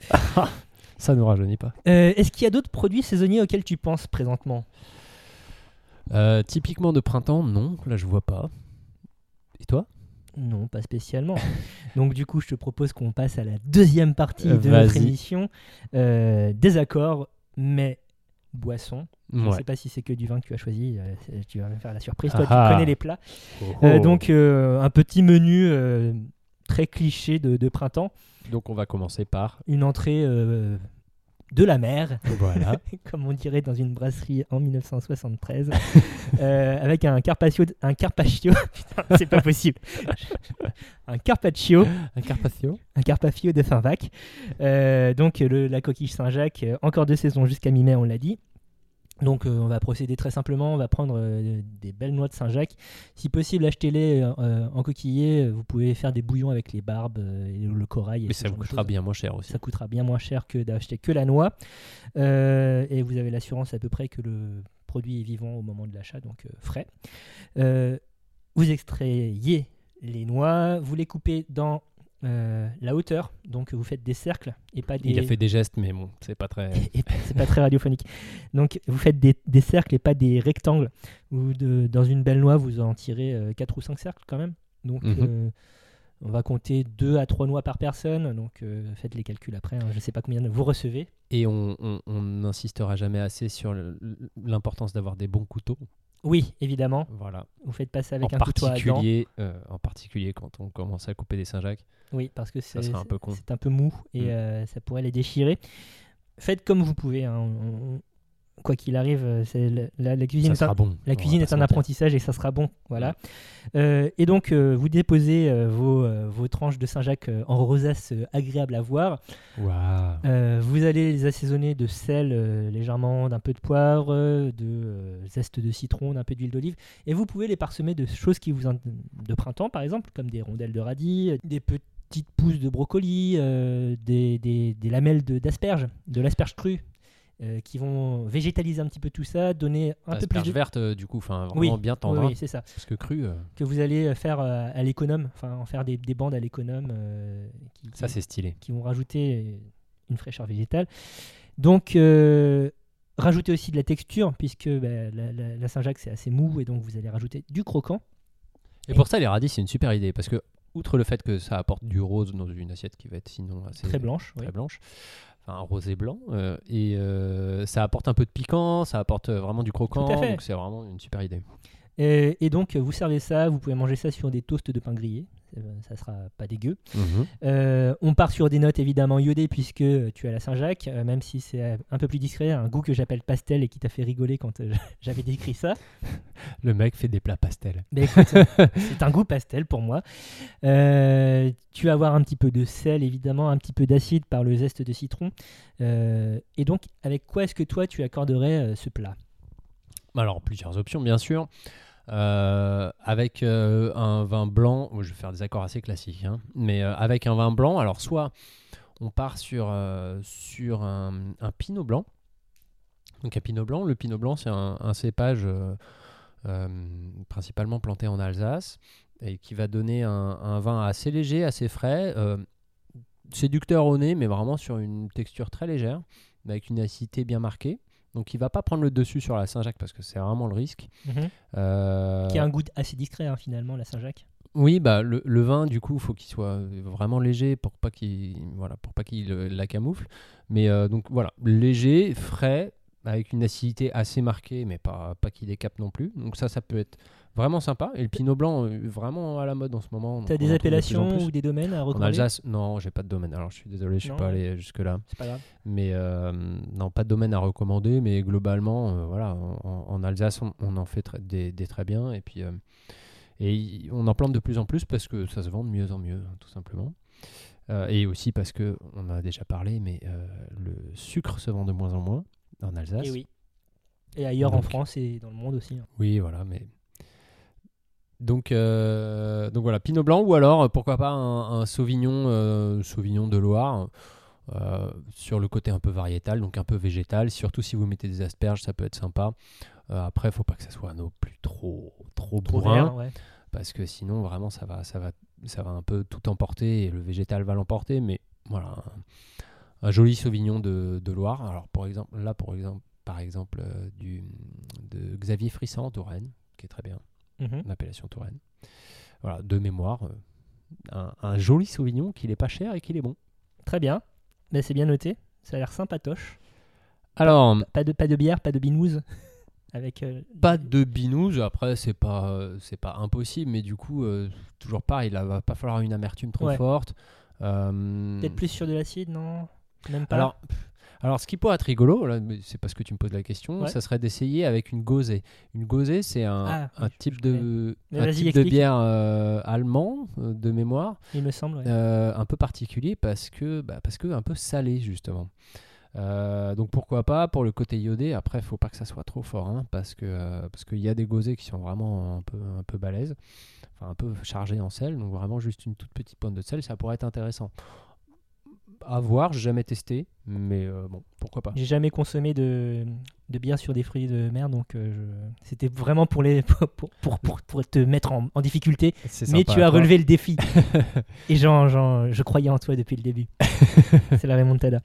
Ça nous rajeunit pas. Est-ce qu'il y a d'autres produits saisonniers auxquels tu penses présentement ? Typiquement de printemps, non. Là, je vois pas. Et toi ? Non, pas spécialement. Donc du coup, je te propose qu'on passe à la deuxième partie de Vas-y. notre émission. Désaccord, mais boisson. Je ne Ouais. sais pas si c'est que du vin que tu as choisi. Tu vas me faire la surprise. Toi, Ah. tu connais les plats. Oh. Donc un petit menu très cliché de printemps. Donc on va commencer par... Une entrée de la mer, Voilà. comme on dirait dans une brasserie en 1973, avec un carpaccio, putain, c'est pas possible, un carpaccio Un Carpaccio. de Saint-Vac. Donc la coquille Saint-Jacques, encore de saison jusqu'à mi-mai, on l'a dit. Donc on va procéder très simplement, on va prendre des belles noix de Saint-Jacques. Si possible, achetez-les en coquillet. Vous pouvez faire des bouillons avec les barbes et le corail. Et Mais ce ça genre vous de coûtera choses. bien moins cher aussi. Ça coûtera bien moins cher que d'acheter que la noix. Et vous avez l'assurance à peu près que le produit est vivant au moment de l'achat, donc frais. Vous extrayez les noix, vous les coupez dans la hauteur, donc vous faites des cercles et pas des... Il a fait des gestes, mais bon, c'est pas très... et c'est pas très radiophonique. Donc vous faites des cercles et pas des rectangles. Dans une belle noix, vous en tirez 4 ou 5 cercles quand même. Donc on va compter 2 à 3 noix par personne. Donc faites les calculs après. Je sais pas combien vous recevez. Et on n'insistera jamais assez sur l'importance d'avoir des bons couteaux. Oui, évidemment. Voilà. Vous faites pas ça avec un couteau à dents. En particulier quand on commence à couper des Saint-Jacques. Oui, parce que Ça serait un peu con. c'est un peu mou et ça pourrait les déchirer. Faites comme vous pouvez. Hein. Quoi qu'il arrive, la cuisine, Ça sera bon. la cuisine est un apprentissage et ça sera bon. Voilà. Et donc, vous déposez vos tranches de Saint-Jacques en rosace agréable à voir. Waouh. Vous allez les assaisonner de sel légèrement, d'un peu de poivre, de zeste de citron, d'un peu d'huile d'olive. Et vous pouvez les parsemer de choses de printemps, par exemple, comme des rondelles de radis, des petites pousses de brocoli, des lamelles d'asperges, de l'asperge crue. Qui vont végétaliser un petit peu tout ça, donner un peu plus Asperge de... verte, du coup, vraiment bien tendre. Oui, c'est ça. Parce que cru, Que vous allez faire à l'économe, enfin en faire des bandes à l'économe ça c'est stylé. qui vont rajouter une fraîcheur végétale. Donc, rajoutez aussi de la texture, puisque la Saint-Jacques c'est assez mou, et donc vous allez rajouter du croquant. Et pour ça, les radis, c'est une super idée. Parce que, outre le fait que ça apporte du rose dans une assiette qui va être sinon assez Très blanche. très Oui. blanche, enfin un rosé blanc, et ça apporte un peu de piquant, ça apporte vraiment du croquant, Tout à fait. donc c'est vraiment une super idée. Et donc, vous servez ça, vous pouvez manger ça sur des toasts de pain grillé. Ça sera pas dégueu. On part sur des notes évidemment iodées puisque tu as la Saint-Jacques, même si c'est un peu plus discret, un goût que j'appelle pastel et qui t'a fait rigoler quand j'avais décrit ça. Le mec fait des plats pastels. Mais écoute, c'est un goût pastel pour moi. Tu vas avoir un petit peu de sel évidemment, un petit peu d'acide par le zeste de citron. Et donc, avec quoi est-ce que toi tu accorderais ce plat ? Alors, plusieurs options, bien sûr. Avec un vin blanc, je vais faire des accords assez classiques, hein, mais avec un vin blanc, alors soit on part sur un pinot blanc. Donc un pinot blanc, le pinot blanc c'est un cépage principalement planté en Alsace et qui va donner un vin assez léger, assez frais, séducteur au nez, mais vraiment sur une texture très légère, avec une acidité bien marquée. Donc il va pas prendre le dessus sur la Saint-Jacques parce que c'est vraiment le risque. Qui a un goût assez discret hein, finalement, la Saint-Jacques. Oui, bah le vin du coup, faut qu'il soit vraiment léger pour pas qu'il la camoufle. Mais donc voilà, léger, frais, avec une acidité assez marquée, mais pas qui décape non plus. Donc ça peut être vraiment sympa. Et le Pinot Blanc, vraiment à la mode en ce moment. T'as des appellations ou des domaines à En recommander? Alsace, non, j'ai pas de domaine. Alors je suis désolé, je suis pas allé jusque-là. C'est pas grave. Mais non, pas de domaine à recommander, mais globalement, voilà, en Alsace, on en fait des très bien. Et puis, on en plante de plus en plus parce que ça se vend de mieux en mieux, tout simplement. Et aussi parce que, on en a déjà parlé, mais le sucre se vend de moins en moins en Alsace. Et oui. Et ailleurs Donc, en France et dans le monde aussi. Oui, voilà, mais... Donc voilà, Pinot Blanc ou alors, pourquoi pas un Sauvignon, Sauvignon de Loire, sur le côté un peu variétal, donc un peu végétal. Surtout si vous mettez des asperges, ça peut être sympa. Après, il ne faut pas que ça soit non plus trop bourrin, vert, ouais. parce que sinon, vraiment, ça va un peu tout emporter et le végétal va l'emporter. Mais voilà, un joli Sauvignon de Loire. Alors, par exemple, de Xavier Frissant, Touraine, qui est très bien. L'appellation Touraine. Voilà, de mémoire, un joli Sauvignon qui n'est pas cher et qui est bon. Très bien, mais c'est bien noté, ça a l'air sympatoche. Alors, pas de bière, pas de binouze avec pas de binouze, après c'est pas impossible, mais du coup toujours pareil, il va pas falloir une amertume trop forte. Peut-être plus sur de l'acide, non? Même pas. Alors, ce qui pourrait être rigolo, là, c'est parce que tu me poses la question, ça serait d'essayer avec une Gosée. Une Gosée, c'est un type de bière allemand, de mémoire. Il me semble, un peu particulier parce que un peu salé, justement. Donc pourquoi pas pour le côté iodé. Après, il faut pas que ça soit trop fort, hein, parce qu'il y a des Gosées qui sont vraiment un peu balèzes, enfin un peu chargés en sel. Donc vraiment juste une toute petite pointe de sel, ça pourrait être intéressant. À voir, j'ai jamais testé, mais bon, pourquoi pas. J'ai jamais consommé de bière sur des fruits de mer, donc c'était vraiment pour te mettre en difficulté. Mais tu as relevé le défi. Et je croyais en toi depuis le début. C'est la remontada.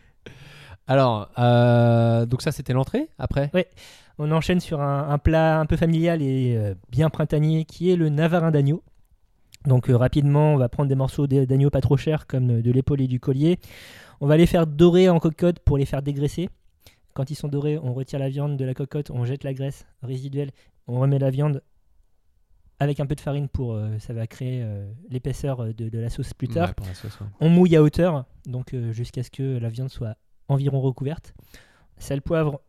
Alors, donc ça c'était l'entrée, après? Oui, on enchaîne sur un plat un peu familial et bien printanier qui est le navarin d'agneau. Donc rapidement, on va prendre des morceaux d'agneau pas trop chers comme de l'épaule et du collier. On va les faire dorer en cocotte pour les faire dégraisser. Quand ils sont dorés, on retire la viande de la cocotte, on jette la graisse résiduelle, on remet la viande avec un peu de farine pour ça va créer l'épaisseur de la sauce plus tard. Ouais, pour la sauce, ouais. On mouille à hauteur, donc jusqu'à ce que la viande soit environ recouverte. Sel, poivre,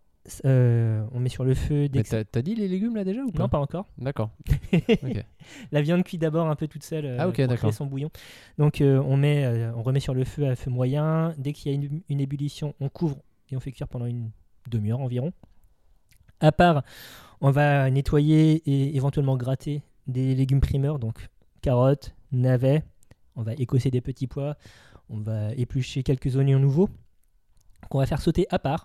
on met sur le feu. T'as dit les légumes là déjà ou pas? Non, pas encore. D'accord. Okay. La viande cuit d'abord un peu toute seule pour créer son bouillon. Donc on remet sur le feu à feu moyen. Dès qu'il y a une ébullition, on couvre et on fait cuire pendant une demi-heure environ. À part, on va nettoyer et éventuellement gratter des légumes primeurs, donc carottes, navets. On va écosser des petits pois. On va éplucher quelques oignons nouveaux qu'on va faire sauter à part.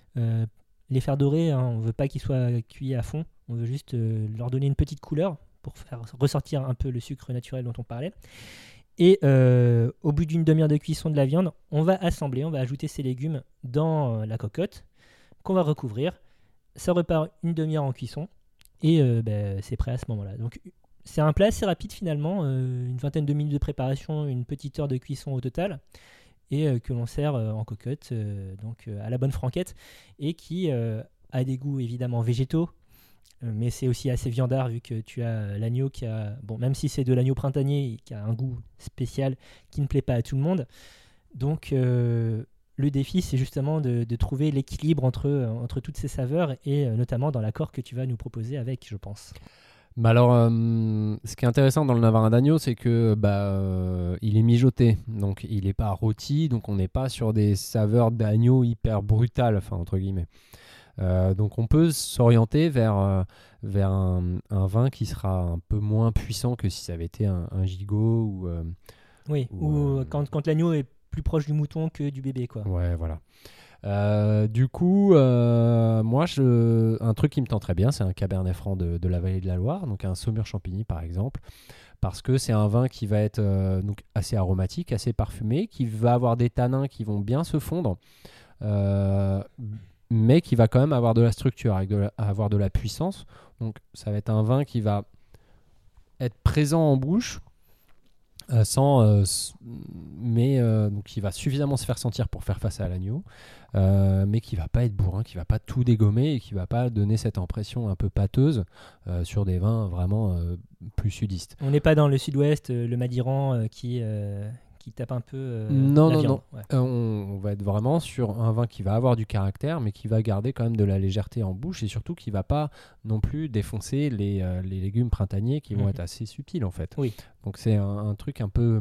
Les faire dorer, hein, on ne veut pas qu'ils soient cuits à fond, on veut juste leur donner une petite couleur pour faire ressortir un peu le sucre naturel dont on parlait. Et au bout d'une demi-heure de cuisson de la viande, on va assembler, on va ajouter ces légumes dans la cocotte qu'on va recouvrir. Ça repart une demi-heure en cuisson et c'est prêt à ce moment-là. Donc c'est un plat assez rapide finalement, une vingtaine de minutes de préparation, une petite heure de cuisson au total. Et que l'on sert en cocotte, donc à la bonne franquette, et qui a des goûts évidemment végétaux, mais c'est aussi assez viandard vu que tu as l'agneau qui a, bon, même si c'est de l'agneau printanier, qui a un goût spécial qui ne plaît pas à tout le monde. Donc le défi, c'est justement de trouver l'équilibre entre toutes ces saveurs et notamment dans l'accord que tu vas nous proposer avec, je pense. Bah alors, ce qui est intéressant dans le navarin d'agneau, c'est que il est mijoté, donc il n'est pas rôti, donc on n'est pas sur des saveurs d'agneau hyper brutales, enfin entre guillemets. Donc on peut s'orienter vers un vin qui sera un peu moins puissant que si ça avait été un gigot ou. Quand l'agneau est plus proche du mouton que du bébé, quoi. Ouais, voilà. Du coup, moi, un truc qui me tenterait bien, c'est un Cabernet Franc de la vallée de la Loire, donc un Saumur Champigny par exemple, parce que c'est un vin qui va être donc assez aromatique, assez parfumé, qui va avoir des tanins qui vont bien se fondre, mais qui va quand même avoir de la structure, avoir de la puissance. Donc ça va être un vin qui va être présent en bouche, Donc il va suffisamment se faire sentir pour faire face à l'agneau, mais qui va pas être bourrin, qui va pas tout dégommer et qui va pas donner cette impression un peu pâteuse sur des vins vraiment plus sudistes. On n'est pas dans le sud-ouest, le Madiran qui tape un peu Non, la non, viande. non. Ouais. On va être vraiment sur un vin qui va avoir du caractère, mais qui va garder quand même de la légèreté en bouche et surtout qui va pas non plus défoncer les légumes printaniers qui vont être assez subtils en fait. Oui. Donc c'est un truc un peu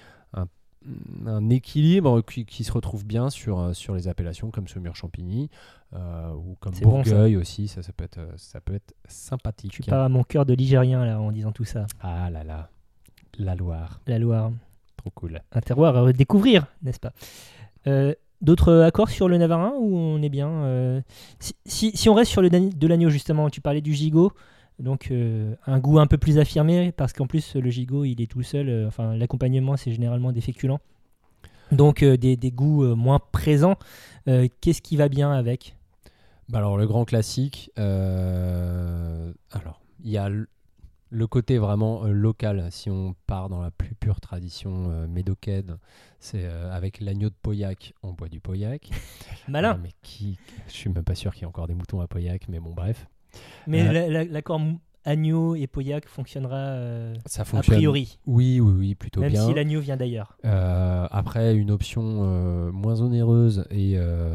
un équilibre qui se retrouve bien sur les appellations comme Saumur-Champigny ou comme C'est bon, Bourgueil aussi. Ça peut être sympathique. Tu pars à mon cœur de Ligérien là en disant tout ça. Ah là là, la Loire, La Loire, trop cool. un terroir à redécouvrir, n'est-ce pas? D'autres accords sur le Navarin ou on est bien si on reste sur de l'agneau justement, tu parlais du gigot, donc un goût un peu plus affirmé parce qu'en plus le gigot il est tout seul, enfin l'accompagnement c'est généralement des féculents, donc des goûts moins présents. Qu'est-ce qui va bien avec? Alors le grand classique, alors il y a le côté vraiment local. Si on part dans la plus pure tradition médocaine, c'est avec l'agneau de Pauillac, on boit du Pauillac. Malin. Mais je suis même pas sûr qu'il y ait encore des moutons à Pauillac, mais bon bref. Mais l'accord agneau et Pauillac fonctionnera Ça fonctionne. a priori. Oui, plutôt même bien. si l'agneau vient d'ailleurs. Après, une option moins onéreuse et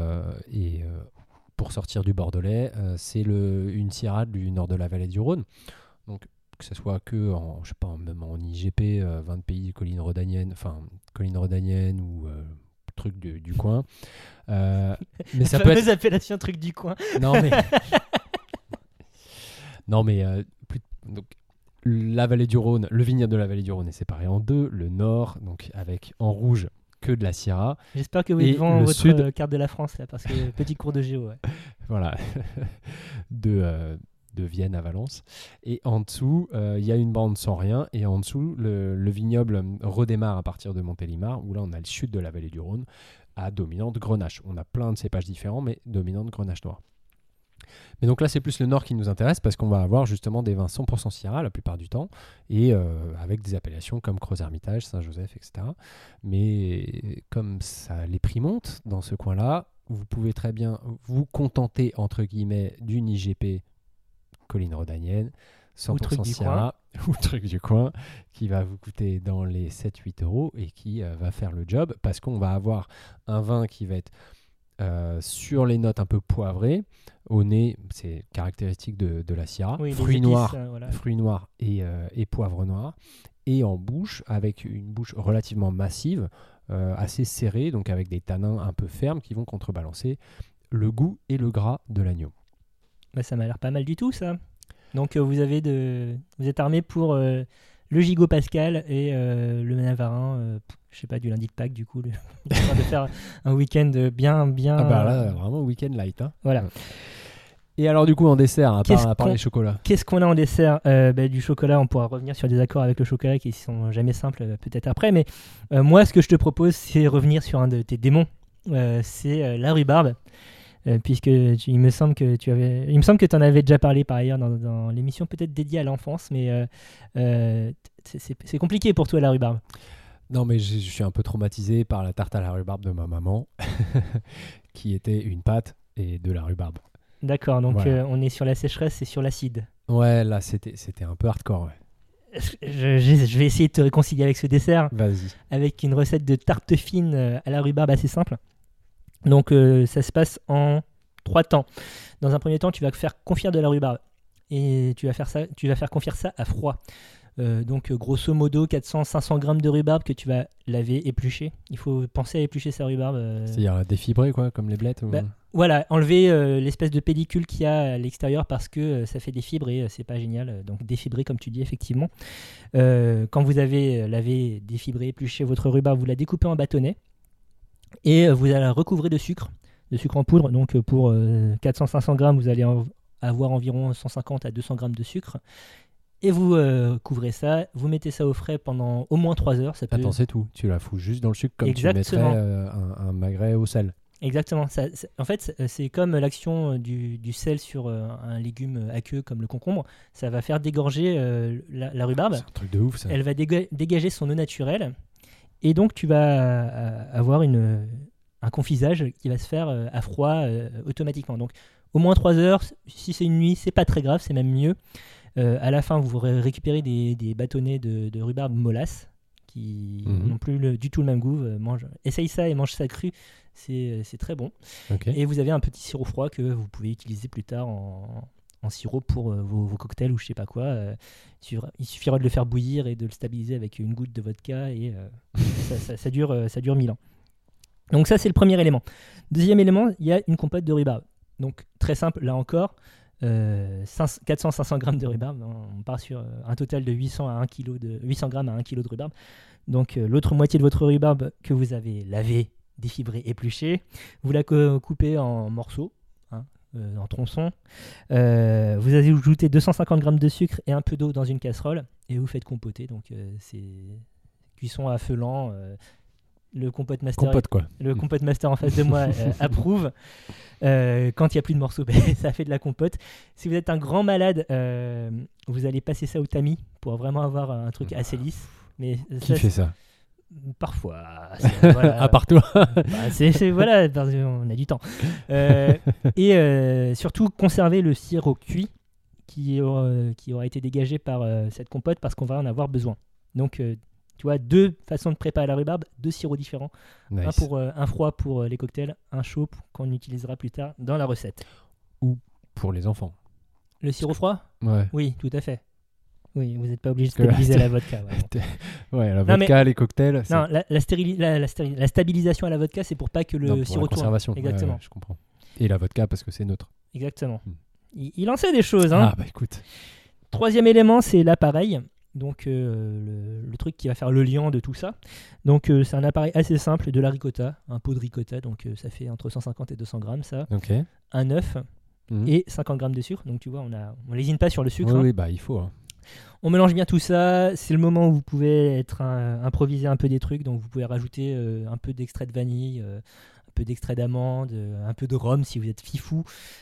pour sortir du Bordelais, c'est une Syrah du nord de la vallée du Rhône. Donc que ce soit même en IGP, 20 pays collines rhodaniennes ou truc du coin. Mais ça peut être appellation truc du coin. Non mais donc la vallée du Rhône, le vignoble de la vallée du Rhône est séparé en deux, le nord donc avec en rouge que de la Syrah. J'espère que vous Et êtes devant le votre sud. carte de la France là, parce que petit cours de géo. Ouais. Voilà, de Vienne à Valence. Et en dessous, il y a une bande sans rien. Et en dessous, le vignoble redémarre à partir de Montélimar, où là, on a le sud de la vallée du Rhône, à dominante Grenache. On a plein de cépages différents, mais dominante Grenache noire. Mais donc là, c'est plus le nord qui nous intéresse, parce qu'on va avoir justement des vins 100% Syrah la plupart du temps, et avec des appellations comme Creuse-Hermitage, Saint-Joseph, etc. Mais comme ça, les prix montent dans ce coin-là, vous pouvez très bien vous contenter, entre guillemets, d'une IGP colline rhodanienne, 100% Syrah, ou truc du coin, qui va vous coûter dans les 7-8 euros et qui va faire le job, parce qu'on va avoir un vin qui va être sur les notes un peu poivrées, au nez, c'est caractéristique de la Syrah, Oui, fruits noirs, voilà. fruits noirs et poivre noir, et en bouche, avec une bouche relativement massive, assez serrée, donc avec des tanins un peu fermes qui vont contrebalancer le goût et le gras de l'agneau. Bah, ça m'a l'air pas mal du tout ça. Donc vous êtes armé pour le gigot pascal et le Navarin, je sais pas, du lundi de Pâques du coup, de faire un week-end bien. Ah bah là, vraiment week-end light. Hein. Voilà. Et alors du coup en dessert, à part les chocolats. Qu'est-ce qu'on a en dessert? Du chocolat, on pourra revenir sur des accords avec le chocolat qui sont jamais simples peut-être après, mais moi ce que je te propose c'est revenir sur un de tes démons, c'est la rhubarbe. Puisque il me semble que tu en avais déjà parlé par ailleurs dans l'émission peut-être dédiée à l'enfance, mais c'est compliqué pour toi la rhubarbe. Non mais je suis un peu traumatisé par la tarte à la rhubarbe de ma maman, qui était une pâte et de la rhubarbe. D'accord, donc voilà. on est sur la sécheresse et sur l'acide. Ouais, là c'était un peu hardcore. Ouais. Je vais essayer de te réconcilier avec ce dessert. Vas-y. Avec une recette de tarte fine à la rhubarbe assez simple. Donc ça se passe en 3 temps. Dans un premier temps, tu vas faire confire de la rhubarbe et tu vas faire confire ça à froid. Donc grosso modo 400-500 grammes de rhubarbe que tu vas laver, éplucher. Il faut penser à éplucher sa rhubarbe. C'est-à-dire défibrer quoi, comme les blettes ou... Voilà, enlever l'espèce de pellicule qu'il y a à l'extérieur parce que ça fait des fibres et c'est pas génial. Donc défibrer comme tu dis effectivement. Quand vous avez lavé, défibré, épluché votre rhubarbe, vous la découpez en bâtonnets. Et vous allez la recouvrir de sucre en poudre. Donc pour 400-500 grammes, vous allez avoir environ 150 à 200 grammes de sucre. Et vous couvrez ça, vous mettez ça au frais pendant au moins 3 heures. Attends, c'est tout. Tu la fous juste dans le sucre comme tu mettrais un magret au sel. Exactement. En fait, c'est comme l'action du sel sur un légume aqueux comme le concombre. Ça va faire dégorger la rhubarbe. C'est un truc de ouf ça. Elle va dégager son eau naturelle. Et donc, tu vas avoir un confisage qui va se faire à froid automatiquement. Donc, au moins 3 heures. Si c'est une nuit, c'est pas très grave, c'est même mieux. À la fin, vous récupérez des bâtonnets de rhubarbe mollasse qui n'ont plus du tout le même goût. Essaye ça et mange ça cru, c'est très bon. Okay. Et vous avez un petit sirop froid que vous pouvez utiliser plus tard en sirop pour vos cocktails ou je sais pas quoi. Il suffira de le faire bouillir et de le stabiliser avec une goutte de vodka et ça dure 1000 ans. Donc ça, c'est le premier élément. Deuxième élément, il y a une compote de rhubarbe. Donc très simple, là encore, 400-500 grammes de rhubarbe. On part sur un total de 800 grammes à 1 kg de rhubarbe. Donc l'autre moitié de votre rhubarbe que vous avez lavé, défibré, épluché, vous la coupez en morceaux, en tronçons. Vous avez ajouté 250 grammes de sucre et un peu d'eau dans une casserole et vous faites compoter. Donc c'est cuisson à feu lent. Le compote master, compote master en face de moi approuve. Quand il n'y a plus de morceaux, ça fait de la compote. Si vous êtes un grand malade, vous allez passer ça au tamis pour vraiment avoir un truc assez lisse. Mais qui fait ça? Parfois. Voilà. À part toi. Voilà, on a du temps. Et surtout, conserver le sirop cuit qui aura été dégagé par cette compote parce qu'on va en avoir besoin. Donc, tu vois, 2 façons de préparer la rhubarbe, 2 sirops différents. Nice. Un froid pour les cocktails, un chaud qu'on utilisera plus tard dans la recette. Ou pour les enfants. Le sirop froid ? Ouais. Oui, tout à fait. Oui, vous n'êtes pas obligé de stabiliser la vodka. Ouais, la vodka, les cocktails. Non, la stabilisation à la vodka, c'est pour pas que le sirop tourne. Conservation. Exactement. Ouais, je comprends. Et la vodka parce que c'est neutre. Exactement. Il en sait des choses. Hein. Ah bah écoute. Troisième élément, c'est l'appareil. Donc le truc qui va faire le liant de tout ça. Donc c'est un appareil assez simple, de la ricotta, un pot de ricotta, donc ça fait entre 150 et 200 grammes ça. Okay. Un œuf et 50 grammes de sucre. Donc tu vois, on lésine pas sur le sucre. Oui, bah il faut. Hein. On mélange bien tout ça. C'est le moment où vous pouvez improviser un peu des trucs. Donc vous pouvez rajouter un peu d'extrait de vanille, un peu d'extrait d'amande, un peu de rhum si vous êtes fifou.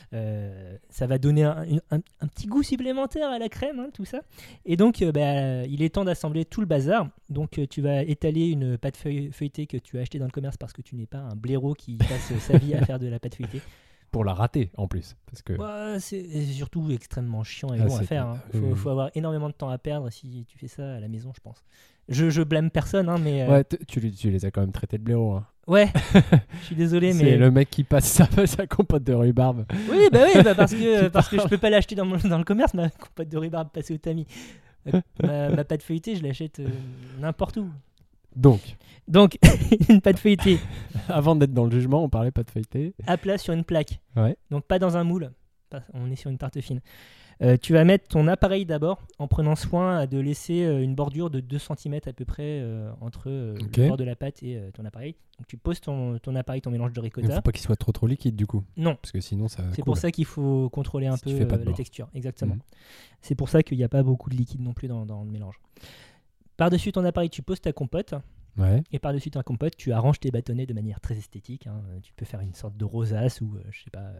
Ça va donner un petit goût supplémentaire à la crème, hein, tout ça. Et donc il est temps d'assembler tout le bazar. Donc tu vas étaler une pâte feuilletée que tu as achetée dans le commerce parce que tu n'es pas un blaireau qui passe sa vie à faire de la pâte feuilletée. Pour la rater en plus. Parce que... c'est surtout extrêmement chiant et long à faire. Hein. Faut avoir énormément de temps à perdre si tu fais ça à la maison, je pense. Je blâme personne, hein, mais... Ouais, tu les as quand même traités de blaireau. Hein. Ouais, je suis désolé, mais... C'est le mec qui passe sa compote de rhubarbe. Oui, parce que je peux pas l'acheter dans le commerce, ma compote de rhubarbe passée au tamis. Ma pâte feuilletée, je l'achète n'importe où. Donc une pâte feuilletée. Avant d'être dans le jugement, on parlait pâte feuilletée. À plat sur une plaque. Ouais. Donc pas dans un moule. On est sur une tarte fine. Tu vas mettre ton appareil d'abord en prenant soin de laisser une bordure de 2 cm à peu près entre le bord de la pâte et ton appareil. Donc tu poses ton appareil, ton mélange de ricotta. Il ne faut pas qu'il soit trop liquide du coup. Non. Parce que sinon ça C'est pour ça qu'il faut contrôler un peu la texture. Exactement. C'est pour ça qu'il n'y a pas beaucoup de liquide non plus dans le mélange. Par-dessus ton appareil, tu poses ta compote. Ouais. Et par-dessus ta compote, tu arranges tes bâtonnets de manière très esthétique. Hein. Tu peux faire une sorte de rosace ou, je sais pas,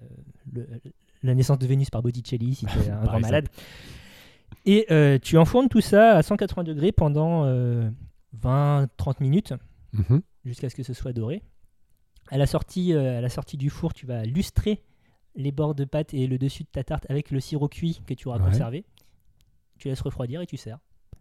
la naissance de Vénus par Botticelli si tu es un grand malade. Et tu enfournes tout ça à 180 degrés pendant 20-30 minutes jusqu'à ce que ce soit doré. À la sortie du four, tu vas lustrer les bords de pâte et le dessus de ta tarte avec le sirop cuit que tu auras conservé. Tu laisses refroidir et tu sers.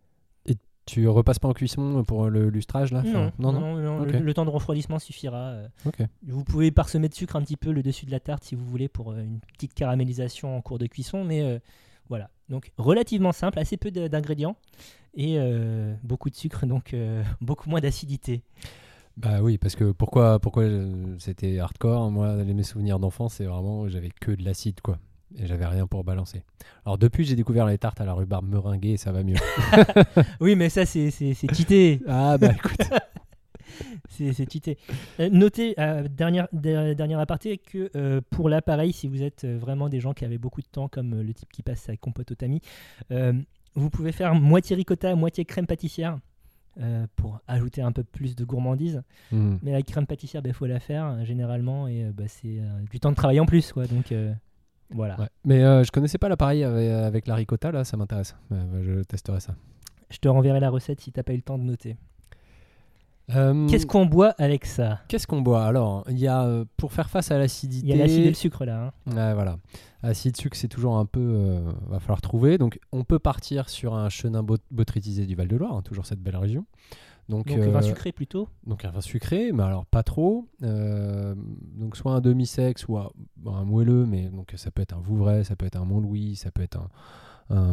Tu repasses pas en cuisson pour le lustrage là? Non. Okay. Le temps de refroidissement suffira. Okay. Vous pouvez parsemer de sucre un petit peu le dessus de la tarte si vous voulez pour une petite caramélisation en cours de cuisson, mais voilà. Donc relativement simple, assez peu d'ingrédients et beaucoup de sucre, donc beaucoup moins d'acidité. Bah oui, parce que pourquoi c'était hardcore? Moi, mes souvenirs d'enfance, c'est vraiment j'avais que de l'acide quoi. Et j'avais rien pour balancer. Alors depuis, j'ai découvert les tartes à la rhubarbe meringuée et ça va mieux. Oui, mais ça, c'est cheaté. Ah bah écoute. c'est cheaté. Notez, dernier aparté, que pour l'appareil, si vous êtes vraiment des gens qui avaient beaucoup de temps, comme le type qui passe sa compote au tamis, vous pouvez faire moitié ricotta, moitié crème pâtissière. pour ajouter un peu plus de gourmandise. Mais la crème pâtissière, il faut la faire généralement et c'est du temps de travail en plus, quoi. Donc voilà. Ouais. Mais je connaissais pas l'appareil avec la ricotta, là, ça m'intéresse. Je testerai ça. Je te renverrai la recette si t'as pas eu le temps de noter. Qu'est-ce qu'on boit avec ça ? Qu'est-ce qu'on boit ? Alors, il y a, pour faire face à l'acidité... Il y a l'acide et le sucre là. Hein. Ouais, voilà. Acide, sucre, c'est toujours un peu... va falloir trouver. Donc, on peut partir sur un chenin botrytisé du Val-de-Loire, hein, toujours cette belle région. Donc vin sucré plutôt ? Donc un vin sucré, mais alors pas trop. Donc soit un demi-sec, soit un moelleux, mais donc ça peut être un Vouvray, ça peut être un Montlouis, ça peut être un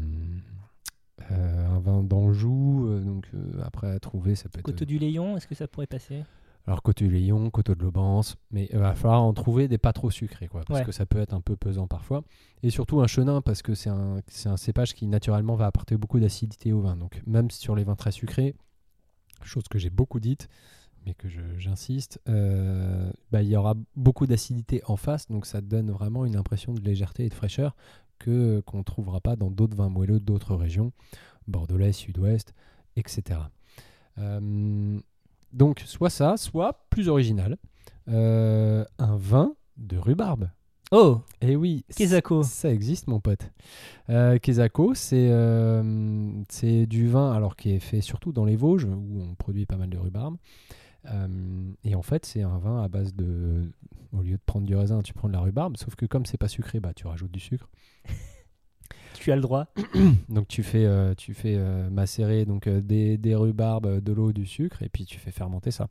vin d'Anjou. Donc après à trouver, ça peut être... Coteau du Léon, est-ce que ça pourrait passer ? Alors Coteau du Léon, Coteau de l'Aubance, mais il va falloir en trouver des pas trop sucrés, quoi, parce Ouais. que ça peut être un peu pesant parfois. Et surtout un chenin, parce que c'est un cépage qui naturellement va apporter beaucoup d'acidité au vin. Donc même sur les vins très sucrés, chose que j'ai beaucoup dite, mais que j'insiste, il y aura beaucoup d'acidité en face, donc ça donne vraiment une impression de légèreté et de fraîcheur qu'on ne trouvera pas dans d'autres vins moelleux d'autres régions, bordelais, sud-ouest, etc. Donc soit ça, soit plus original, un vin de rhubarbe. Oh, Eh oui, Quesaco. ça existe, mon pote. Quesaco, c'est du vin alors qui est fait surtout dans les Vosges, où on produit pas mal de rhubarbe. Et en fait, c'est un vin à base de... Au lieu de prendre du raisin, tu prends de la rhubarbe, sauf que comme c'est pas sucré, tu rajoutes du sucre. Tu as le droit. Donc tu fais macérer donc, des rhubarbes, de l'eau, du sucre, et puis tu fais fermenter ça.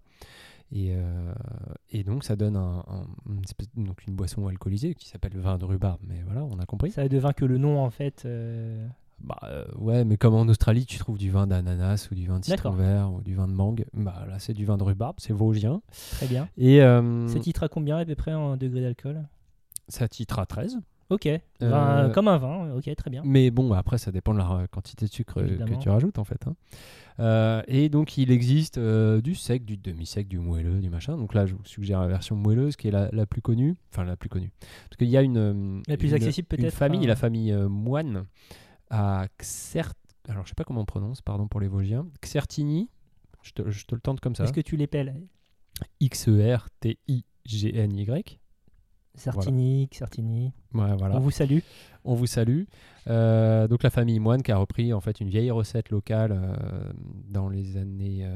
Et donc ça donne donc une boisson alcoolisée qui s'appelle vin de rhubarbe, mais voilà, on a compris. Ça devint que le nom en fait. Ouais, mais comme en Australie tu trouves du vin d'ananas ou du vin de citron D'accord. vert ou du vin de mangue, là c'est du vin de rhubarbe, c'est vosgien. Très bien. Et Ça titre à combien à peu près en degrés d'alcool ? ça titre à 13. Ok. Comme un vin. Ok, très bien. Mais bon, après ça dépend de la quantité de sucre Évidemment. que tu rajoutes en fait. Hein. Et donc il existe du sec, du demi-sec, du moelleux, du machin. Donc là je vous suggère la version moelleuse qui est la plus connue. Enfin la plus connue. Parce qu'il y a La plus accessible une peut-être. famille, la famille Moine à alors je sais pas comment on prononce, pardon pour les Vosgiens. Xertigny, je te le tente comme ça. Est-ce que tu l'épelles ? Xertigny. Sartigny. Ouais, voilà. On vous salue. On vous salue. Donc la famille Moine qui a repris en fait une vieille recette locale dans les années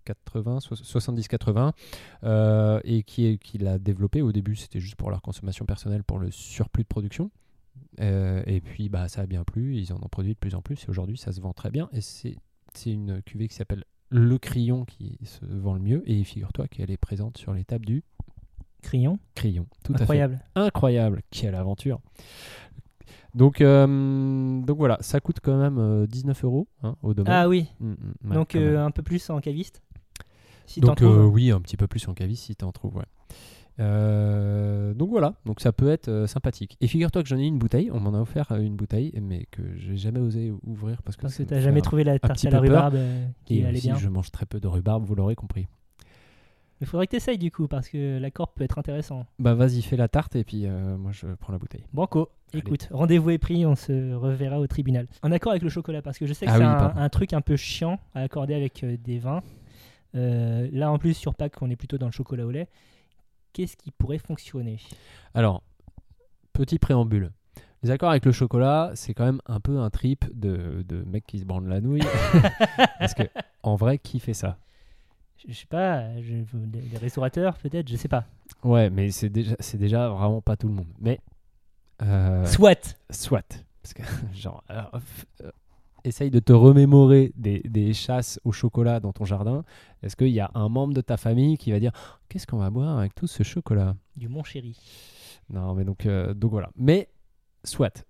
70-80 et qui l'a développée. Au début, c'était juste pour leur consommation personnelle, pour le surplus de production. Et puis ça a bien plu, ils en ont produit de plus en plus et aujourd'hui ça se vend très bien et c'est une cuvée qui s'appelle Le Crillon qui se vend le mieux et figure-toi qu'elle est présente sur les tables du Crillon. Tout Incroyable. à fait. Incroyable, quelle aventure. Donc voilà, ça coûte quand même 19 € au domaine. Ah oui. Ouais, Donc quand même. un peu plus en caviste. Si t'en Donc trouves. oui, un petit peu plus en caviste si t'en trouves, ouais. Donc voilà, donc ça peut être sympathique. Et figure-toi que j'en ai une bouteille, on m'en a offert une bouteille, mais que j'ai jamais osé ouvrir parce que Parce que ça me t'as fait jamais trouvé la tarte petit à la peu peur. rhubarbe qui Et allait aussi, bien. je mange très peu de rhubarbe, vous l'aurez compris. Il faudrait que t'essayes du coup parce que l'accord peut être intéressant. Bah vas-y, fais la tarte et puis moi je prends la bouteille. Banco. Allez. Écoute, rendez-vous est pris, on se reverra au tribunal. En accord avec le chocolat, parce que je sais que Ah c'est oui, pardon. un truc un peu chiant à accorder avec des vins. Là en plus sur Pâques, on est plutôt dans le chocolat au lait. Qu'est-ce qui pourrait fonctionner ? Alors, petit préambule. Les accords avec le chocolat, c'est quand même un peu un trip de mec qui se branle la nouille. Parce que, en vrai, qui fait ça ? Je sais pas, les restaurateurs peut-être, je sais pas. Ouais, mais c'est déjà vraiment pas tout le monde. Mais. Soit. Parce que, genre. Essaye de te remémorer des chasses au chocolat dans ton jardin. Est-ce qu'il y a un membre de ta famille qui va dire qu'est-ce qu'on va boire avec tout ce chocolat ? Du Mon Chéri. Non, mais donc voilà. Mais soit.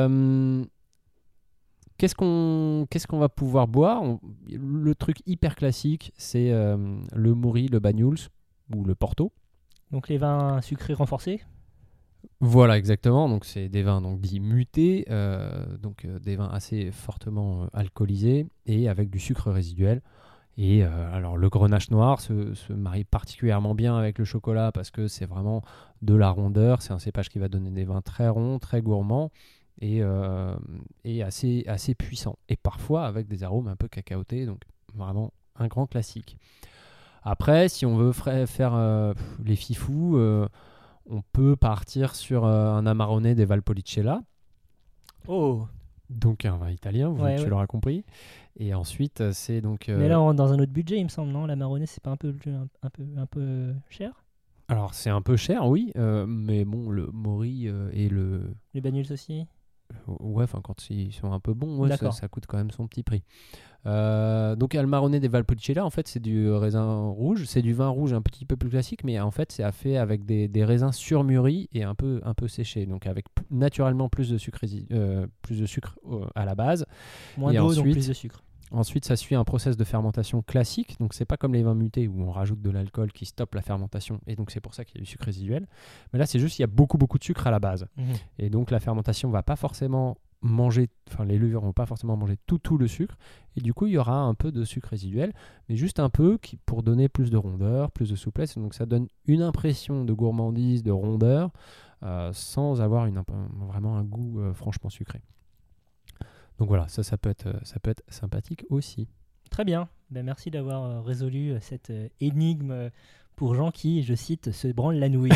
Qu'est-ce qu'on va pouvoir boire ? Le truc hyper classique, c'est le Mouri, le Banyuls ou le Porto. Donc les vins sucrés renforcés. Voilà, exactement. Donc c'est des vins donc dits mutés, des vins assez fortement alcoolisés et avec du sucre résiduel. Et alors le Grenache noir se marie particulièrement bien avec le chocolat parce que c'est vraiment de la rondeur. C'est un cépage qui va donner des vins très ronds, très gourmands et assez puissants. Et parfois avec des arômes un peu cacaotés. Donc Vraiment un grand classique. Après, si on veut faire les fifous, on peut partir sur un Amarone des Valpolicella. Oh. Donc un vin italien, tu l'auras compris. Et ensuite, c'est donc... Mais là, on rentre dans un autre budget, il me semble, non? La Marronnet, c'est pas un peu cher? Alors, c'est un peu cher, oui, mais bon, le Mori et le... Les Banyuls aussi? Ouais, enfin, quand ils sont un peu bons, ouais, ça coûte quand même son petit prix. Donc, Almarone des Valpolicella, en fait, c'est du raisin rouge. C'est du vin rouge un petit peu plus classique, mais en fait, c'est fait avec des raisins surmûris et un peu séchés. Donc, avec naturellement plus de sucre à la base. Moins d'eau, donc plus de sucre. Ensuite, ça suit un process de fermentation classique. Donc, c'est pas comme les vins mutés où on rajoute de l'alcool qui stoppe la fermentation. Et donc, c'est pour ça qu'il y a du sucre résiduel. Mais là, c'est juste qu'il y a beaucoup de sucre à la base. Et donc, la fermentation va pas forcément les levures vont pas forcément manger tout le sucre. Et du coup, il y aura un peu de sucre résiduel, mais juste un peu pour donner plus de rondeur, plus de souplesse. Donc, ça donne une impression de gourmandise, de rondeur, sans avoir vraiment un goût franchement sucré. Donc voilà, ça peut être sympathique aussi. Très bien. Ben, merci d'avoir résolu cette énigme pour gens qui, je cite, se branlent la nouille.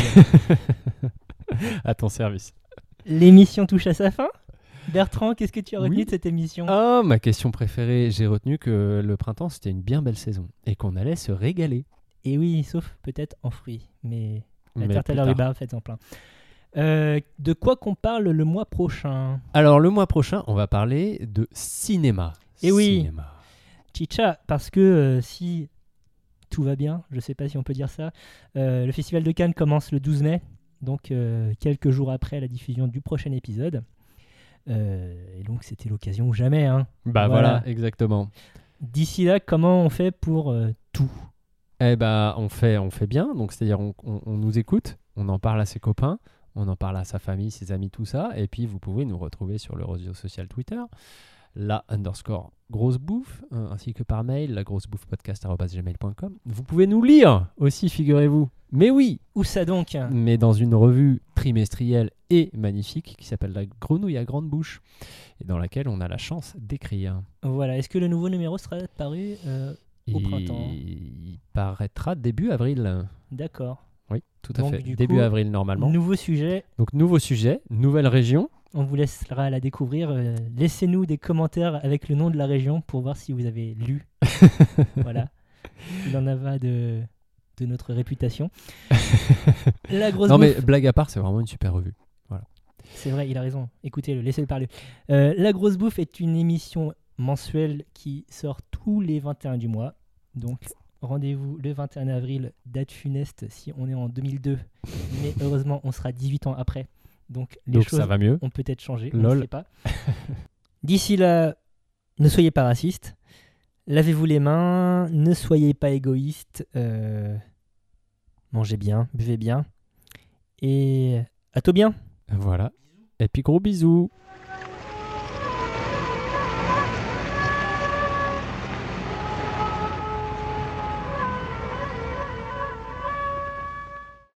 À ton service. L'émission touche à sa fin. Bertrand, qu'est-ce que tu as retenu de cette émission? Ma question préférée, j'ai retenu que le printemps, c'était une bien belle saison et qu'on allait se régaler. Et oui, sauf peut-être en fruits. Mais la tarte à la rhubarbe, faites-en plein. De quoi qu'on parle le mois prochain? Alors le mois prochain, on va parler de cinéma. Et oui, Chicha, parce que si tout va bien, je ne sais pas si on peut dire ça, le Festival de Cannes commence le 12 mai, donc quelques jours après la diffusion du prochain épisode. Et donc c'était l'occasion ou jamais. Hein. Voilà, exactement. D'ici là, comment on fait pour tout? On fait bien, donc c'est-à-dire on nous écoute, on en parle à ses copains, on en parle à sa famille, ses amis, tout ça. Et puis, vous pouvez nous retrouver sur le réseau social Twitter, _grossebouffe, ainsi que par mail, lagrossebouffepodcast@gmail.com. Vous pouvez nous lire aussi, figurez-vous. Mais oui. Où ça donc? Mais dans une revue trimestrielle et magnifique qui s'appelle La Grenouille à grande bouche et dans laquelle on a la chance d'écrire. Voilà. Est-ce que le nouveau numéro sera paru au printemps? Il paraîtra début avril. D'accord. Oui, tout à fait. Début avril, normalement. Nouveau sujet. Donc, nouveau sujet, nouvelle région. On vous laissera la découvrir. Laissez-nous des commentaires avec le nom de la région pour voir si vous avez lu. Voilà. Il en va de notre réputation. La grosse bouffe. Mais blague à part, c'est vraiment une super revue. Voilà. C'est vrai, il a raison. Écoutez-le, laissez-le parler. La grosse bouffe est une émission mensuelle qui sort tous les 21 du mois. Donc, rendez-vous le 21 avril, date funeste si on est en 2002. Mais heureusement, on sera 18 ans après. Donc les choses ça va mieux. ont peut-être changé, on ne sait pas. D'ici là, ne soyez pas racistes. Lavez-vous les mains. Ne soyez pas égoïstes. Mangez bien, buvez bien. Et à tout bien. Voilà. Et puis gros bisous.